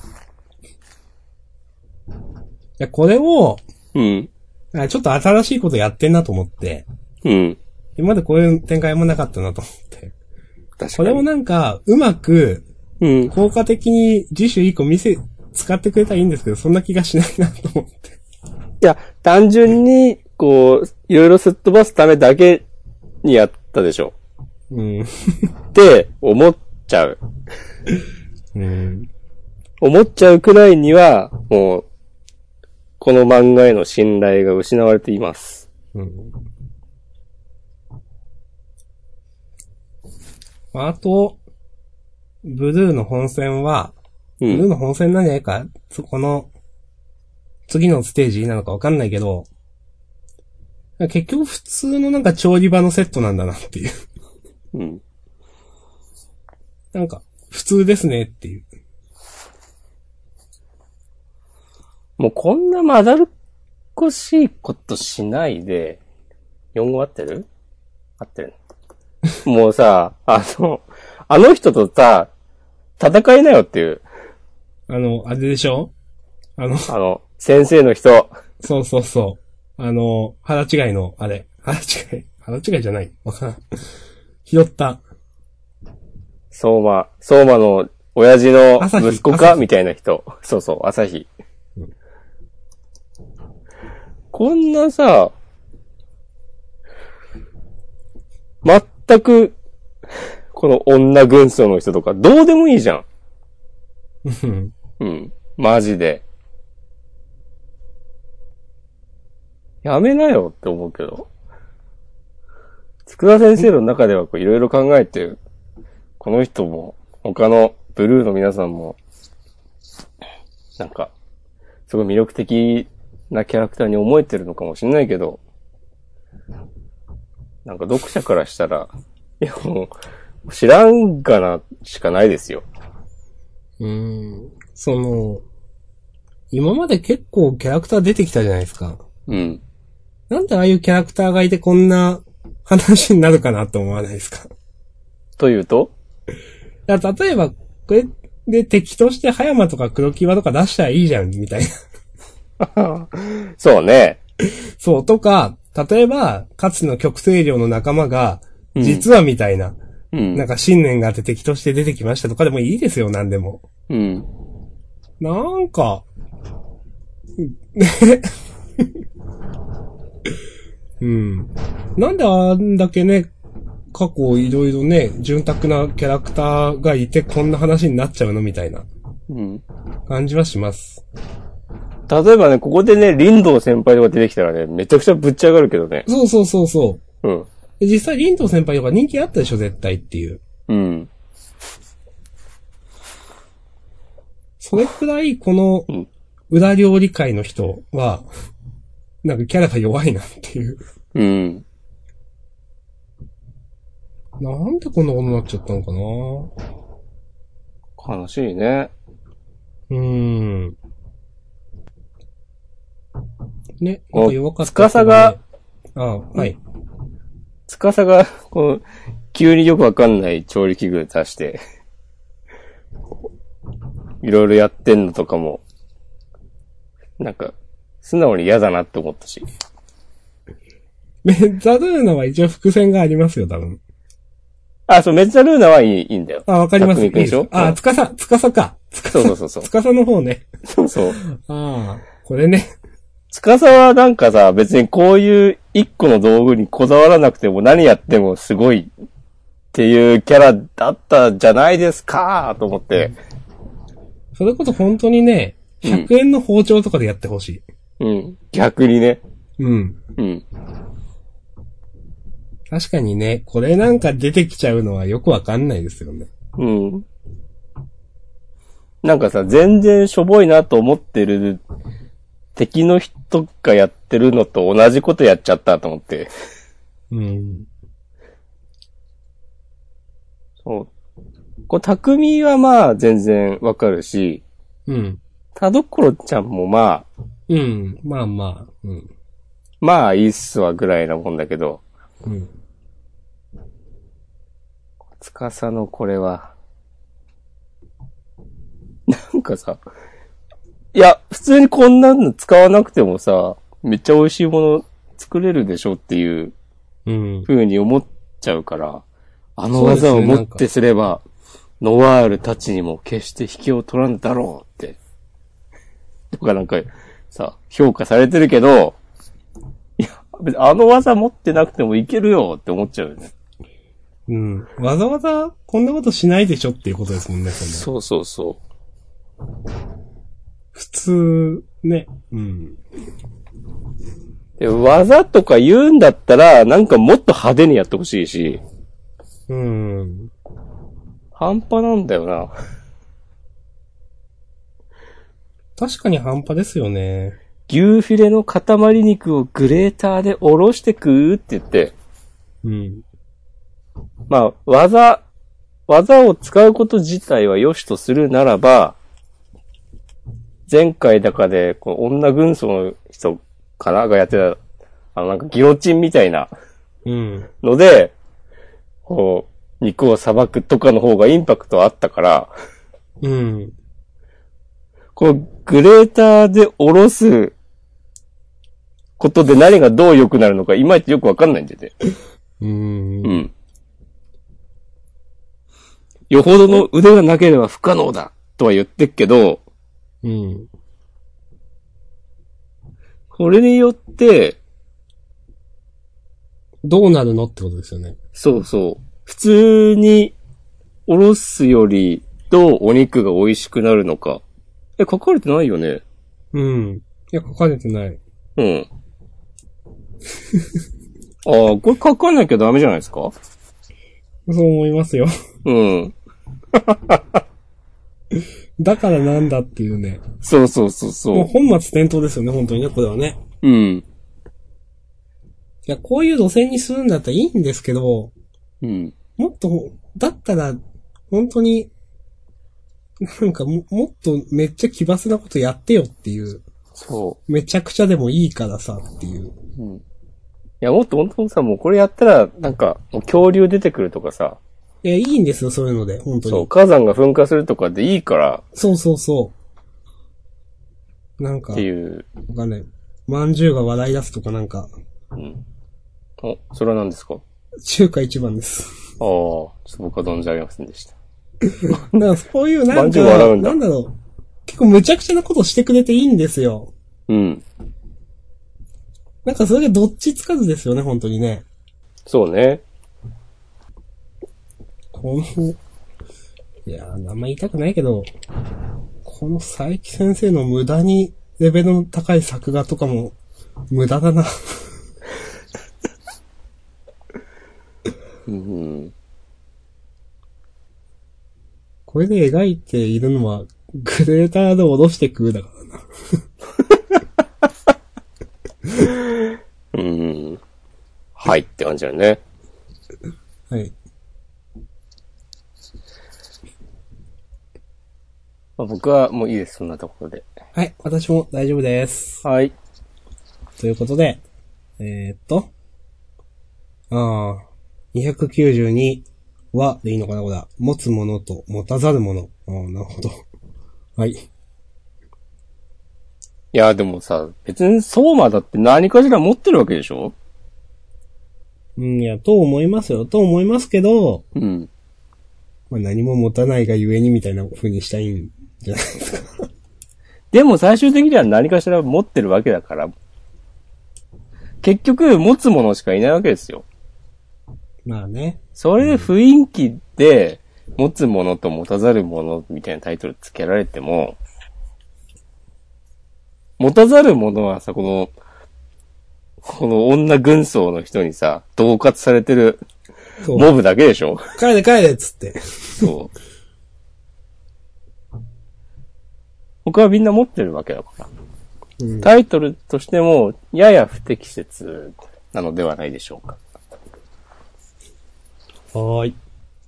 や、これを、 うん。 ちょっと新しいことやってんなと思って。 うん。 今までこういう展開もなかったなと思って。 確かに。 これをなんか、うまく、 うん。 効果的に次週1個使ってくれたらいいんですけど、そんな気がしないなと思って。 いや、単純に、こう、いろいろすっ飛ばすためだけにやったでしょ。 うん。 って思っちゃう。 うん。 思っちゃうくらいには、もう、この漫画への信頼が失われています。 うん。あと、ブルーの本戦は、ブルーの本戦なんじゃないか、そこの、次のステージなのかわかんないけど、結局普通のなんか調理場のセットなんだなっていう。 うん。 なんか、普通ですねっていう。 もうこんなまだるっこしいことしないで、4語合ってる？合ってる。もうさ、あの人とさ、戦いなよっていう。 あれでしょ？ 先生の人。 そうそうそう。腹違いの、あれ。腹違いじゃない。わからん。拾った。 相馬の親父の息子かみたいな人。そうそう、朝日。こんなさ、全く、この女軍曹の人とかどうでもいいじゃん。うん。マジで。やめなよって思うけど。佃先生の中ではいろいろ考えて、この人も、他のブルーの皆さんも、なんか、すごい魅力的なキャラクターに思えてるのかもしれないけど、なんか読者からしたら、いやもう、知らんがなしかないですよ。 今まで結構キャラクター出てきたじゃないですか。 うん。 なんでああいうキャラクターがいてこんな話になるかなと思わないですか？ というと？ 例えば、これで敵として葉山とか黒木場とか出したらいいじゃん、みたいな。そうね。 そう、とか、例えば、かつての極星寮の仲間が、実はみたいな、なんか信念があって敵として出てきましたとかでもいいですよ、なんでも。 うん。 なんか、うん。なんであんだけね、過去いろいろね、潤沢なキャラクターがいてこんな話になっちゃうのみたいな。感じはします。 例えばね、ここでね、林道先輩とか出てきたらね、めちゃくちゃぶっちゃがるけどね。 そう。 うん。 実際林道先輩とか人気あったでしょ、絶対っていう。 うん。 それくらい、この、裏料理界の人は、なんかキャラが弱いなっていう。 うん。 なんでこんなことになっちゃったのかな？ 悲しいね。 ね、なんか弱かった、ね。 司が、 はい。 司が、こう、急によくわかんない調理器具出して、 いろいろやってんのとかも、なんか、素直に嫌だなって思ったし。 ザルーナは一応伏線がありますよ、多分。 あ、そう、メッツァルーナはいいんだよ。 あ、わかります。いいでしょ？ あ、つかさか。 そう。 つかさの方ね。 そう。 ああ、これね。 つかさはなんかさ、別にこういう一個の道具にこだわらなくても何やってもすごいっていうキャラだったじゃないですかと思って。 それこそ本当にね、100円の包丁とかでやってほしい。 うん。逆にね。 うん。確かにね、これなんか出てきちゃうのはよくわかんないですよね。 うん。なんかさ、全然しょぼいなと思ってる敵の人がやってるのと同じことやっちゃったと思って。 うん。 そう。こう、匠はまあ全然わかるし、 うん。 田所ちゃんもまあ、 うん。まあまあ、うん。 まあいいっすわぐらいなもんだけど、 うん。 つかさのこれは、なんかさ、いや、普通にこんなの使わなくてもさ、めっちゃ美味しいもの作れるでしょっていう風に思っちゃうから、あの技をもってすれば、ノワールたちにも決して引きを取らんだろうって。とかなんかさ、評価されてるけど、いや、別にあの技持ってなくてもいけるよって思っちゃうよね。 うん。わざわざこんなことしないでしょっていうことですもんね、 そうそうそう。 普通、ね。うん。 で、技とか言うんだったら、なんかもっと派手にやってほしいし。 うん。 半端なんだよな。 確かに半端ですよね。 牛フィレの塊肉をグレーターでおろしてくって言って。 うん。 まあ、技を使うこと自体は良しとするならば、前回だかで、こう女軍曹の人かながやってた、なんかギロチンみたいなので、こう、肉をさばくとかの方がインパクトあったから、 うん。 こう、グレーターでおろすことで何がどう良くなるのかいまいちよくわかんないんでね。うん。よほどの腕がなければ不可能だとは言ってっけど、 うん。 これによって、 どうなるのってことですよね。 そうそう。普通におろすよりどうお肉が美味しくなるのか。書かれてないよね。 うん。いや、書かれてない。 うん。ああ、これ書かなきゃダメじゃないですか？ そう思いますよ。 うん。 だからなんだっていうね。 そう。 もう本末転倒ですよね、本当にね、これはね。 うん。 いや、こういう路線にするんだったらいいんですけど、 うん。 もっと、だったら、本当に、なんかもっとめっちゃ奇抜なことやってよっていう。 そう。 めちゃくちゃでもいいからさっていう。 うん。いや、もっと本当にさ、もうこれやったら、なんか、もう恐竜出てくるとかさ。 いや、いいんですよ、そういうので、本当に。 そう、火山が噴火するとかでいいから。 そう。なんか、 っていう。 わかんない。まんじゅうが笑い出すとかなんか。 うん。それは何ですか？ 中華一番です。 ああ、ちょっと僕は存じ上げませんでした。 だからそういうなんか、なんだろう。結構無茶苦茶なことしてくれていいんですよ。 うん。 なんかそれがどっちつかずですよね、本当にね。 そうね。 いやー、あんま言いたくないけど、この佐伯先生の無駄にレベルの高い作画とかも、無駄だな。 うん。 これで描いているのは、グレーターで下ろしてくだからな。 うん。はいって感じだよね。 はい。 まあ、僕はもういいです、そんなところで。 はい、私も大丈夫です。 はい。 ということで、292はでいいのかなこれは。持つものと持たざるもの。なるほど。 はい。 いや、でもさ、別に相馬だって何かしら持ってるわけでしょ？ うん、いや、と思いますよ。と思いますけど、 うん。 まあ、何も持たないがゆえにみたいな風にしたいんじゃないですか。 でも最終的には何かしら持ってるわけだから、結局持つものしかいないわけですよ。 まあね。 それで雰囲気で、持つものと持たざるものみたいなタイトルつけられても、持たざるものはさ、この女軍曹の人にさ、恫喝されてるモブだけでしょ？ 帰れ帰れっつって。 そう。他はみんな持ってるわけだから。うん、タイトルとしても、やや不適切なのではないでしょうか。 はーい。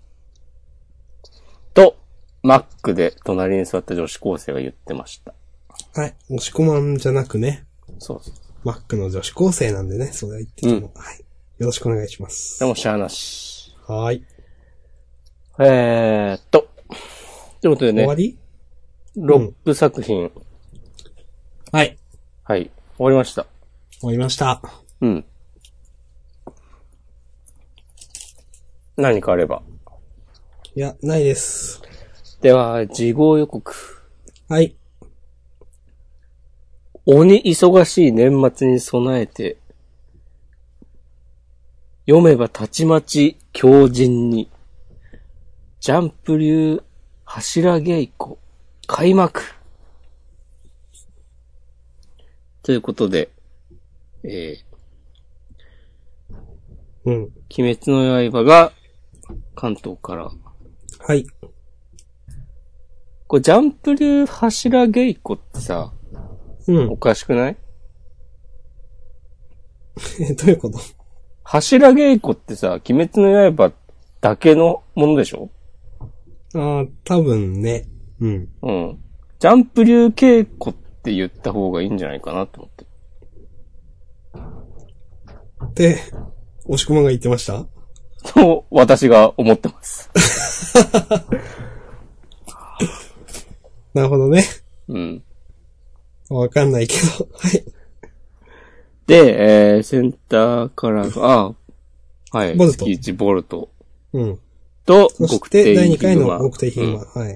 と、マックで隣に座った女子高生が言ってました。 はい。押し込まんじゃなくね。 そうそう。 マックの女子高生なんでね、それは言ってても、はい。よろしくお願いします。 でもしゃあなし。 はーい。 ということでね。 終わり 6部作品、 はい。 はい。終わりました。 終わりました。 うん。何かあれば。 いや、ないです。 では、次号予告。 はい。 鬼忙しい年末に備えて、読めばたちまち強靭に、ジャンプ流柱稽古開幕ということで、 うん。 鬼滅の刃が関東から。 はい。 これジャンプ流柱稽古ってさ、 うん。 おかしくない？ どういうこと？ 柱稽古ってさ、鬼滅の刃だけのものでしょ？ ああ、多分ね。うん。 うん。ジャンプ流稽古って言った方がいいんじゃないかなと思って。 で、押し込まんが言ってました？ と、私が思ってます。 なるほどね。 うん。 わかんないけど。はい。 で、センターカラーが、はい。 ボルト。 月1ボルト。 うん。 と、 そして第2回の極低品は、はい。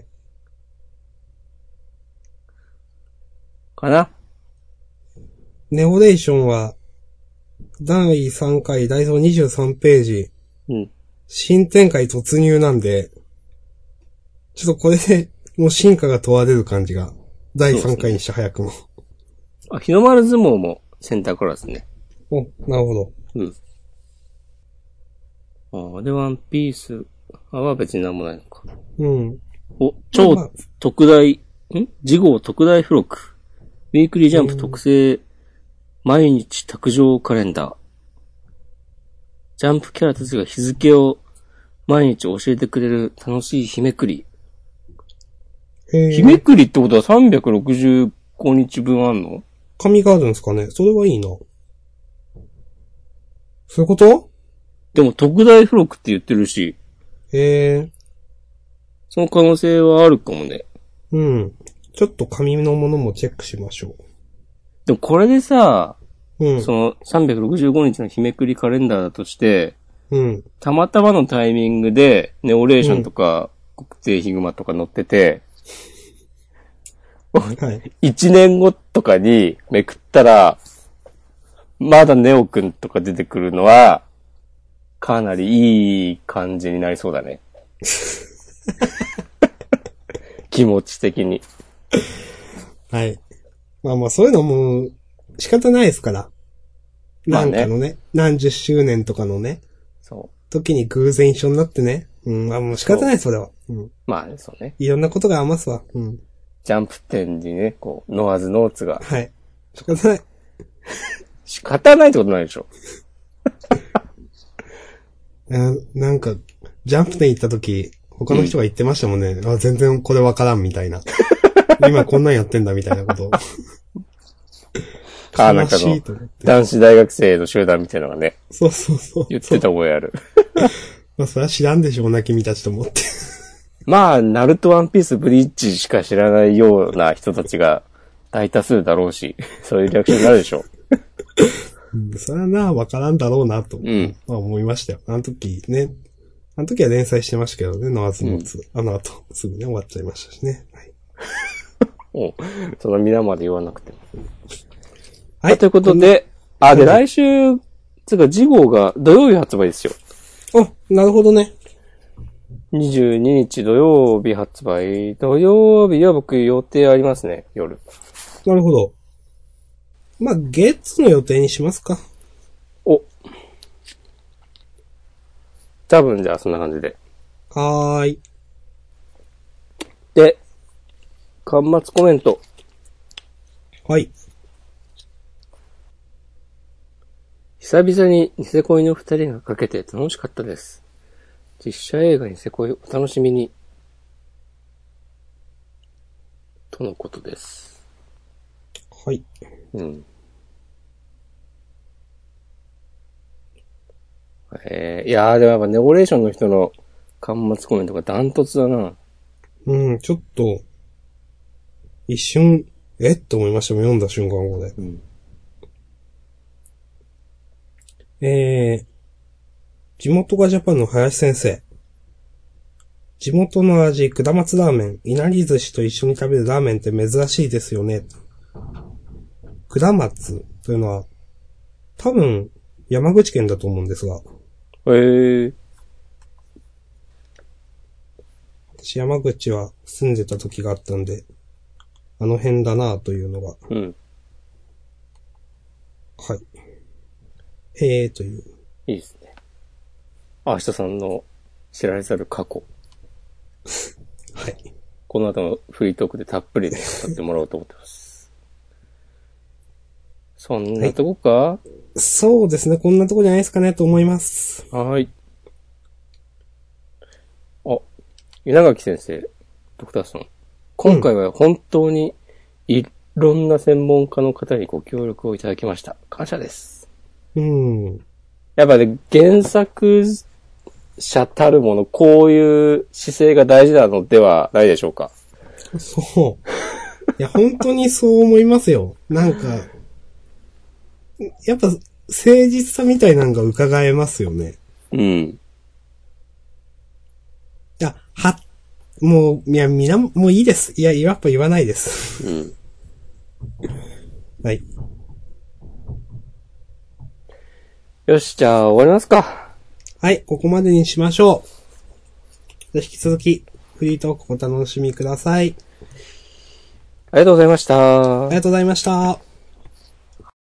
かな？ ネオレーションは、第3回第23ページ。 うん。 新展開突入なんで、ちょっとこれで、もう進化が問われる感じが、第3回にして早くも。 あ、日の丸相撲もセンターカラーですね。 お、なるほど。 うん。で、ワンピースは別になんもないのか。 うん。 お、超特大、次号特大付録。ウィークリージャンプ特製、毎日卓上カレンダー。ジャンプキャラたちが日付を毎日教えてくれる楽しい日めくり。日めくりってことは365日分あんの？ 紙があるんですかね？それはいいな。そういうこと？ でも特大付録って言ってるし。その可能性はあるかもね。 うん。ちょっと紙のものもチェックしましょう。 でもこれでさ、 うん。 その365日の日めくりカレンダーだとして、 うん。 たまたまのタイミングで、ネオレーションとか、国定ヒグマとか載ってて、 はい。 1年後とかにめくったら、まだネオくんとか出てくるのは、かなりいい感じになりそうだね。気持ち的に。 はい。まあまあそういうのも仕方ないですから。なんかのね、何十周年とかのね。 そう。 時に偶然一緒になってね。うん、まあもう仕方ない、それは。うん。 まあね、そうね。 いろんなことが余すわ。うん。 ジャンプ展にね、こう、ノアズノーツが。 はい。仕方ない。 仕方ないってことないでしょ。 なんか、ジャンプ展行った時、他の人が言ってましたもんね。あ、全然これわからんみたいな。今こんなんやってんだみたいなことを。 なんかの、男子大学生の集団みたいなのがね。 そうそうそう。 言ってた覚えある。 まあそれは知らんでしょうな、君たちと思って。 まあ、ナルト、ワンピース、ブリッジしか知らないような人たちが大多数だろうし、そういうリアクションになるでしょうん、それはな、わからんだろうなと、まあ思いましたよ。あの時は連載してましたけどね、ノアズノーツ。あの後、すぐね、終わっちゃいましたしね。はい。 おうその皆まで言わなくても。 はい。 ということで、で、来週、つうか、次号が土曜日発売ですよ。 あ、なるほどね。 22日土曜日発売。土曜日は僕予定ありますね、夜。 なるほど。まあ、月の予定にしますか。 お。多分じゃあそんな感じで。 はーい。 で、端末コメント。 はい。 久々にニセ恋の二人がかけて楽しかったです。実写映画ニセ恋お楽しみに。とのことです。 はい。 うん。いやーでもやっぱネオレーションの人の端末コメントがダントツだな。 うん、ちょっと、一瞬、って思いましたもん、読んだ瞬間後で。 うん。 地元がジャパンの林先生。地元の味、下松ラーメン、いなり寿司と一緒に食べるラーメンって珍しいですよね。下松というのは、多分、山口県だと思うんですが。私山口は住んでた時があったんで、あの辺だなぁというのが。 うん。 はい。へーという。 いいですね。明日さんの知られざる過去。 はい。 この後のフリートークでたっぷり語ってもらおうと思ってます。そんなとこか、はい、 そうですね。こんなとこじゃないですかねと思います。 はい。稲垣先生、ドクターさん。今回は本当にいろんな専門家の方にご協力をいただきました。感謝です。やっぱね、原作者たるもの、こういう姿勢が大事なのではないでしょうか。 そう。いや、本当にそう思いますよ。なんか、やっぱ、誠実さみたいなのが伺えますよね。 うん。 もういいです。いや、やっぱ言わないです。 うん。 はい。 よし、じゃあ終わりますか。 はい、ここまでにしましょう。引き続き、フリートークお楽しみください。 ありがとうございました。 ありがとうございました。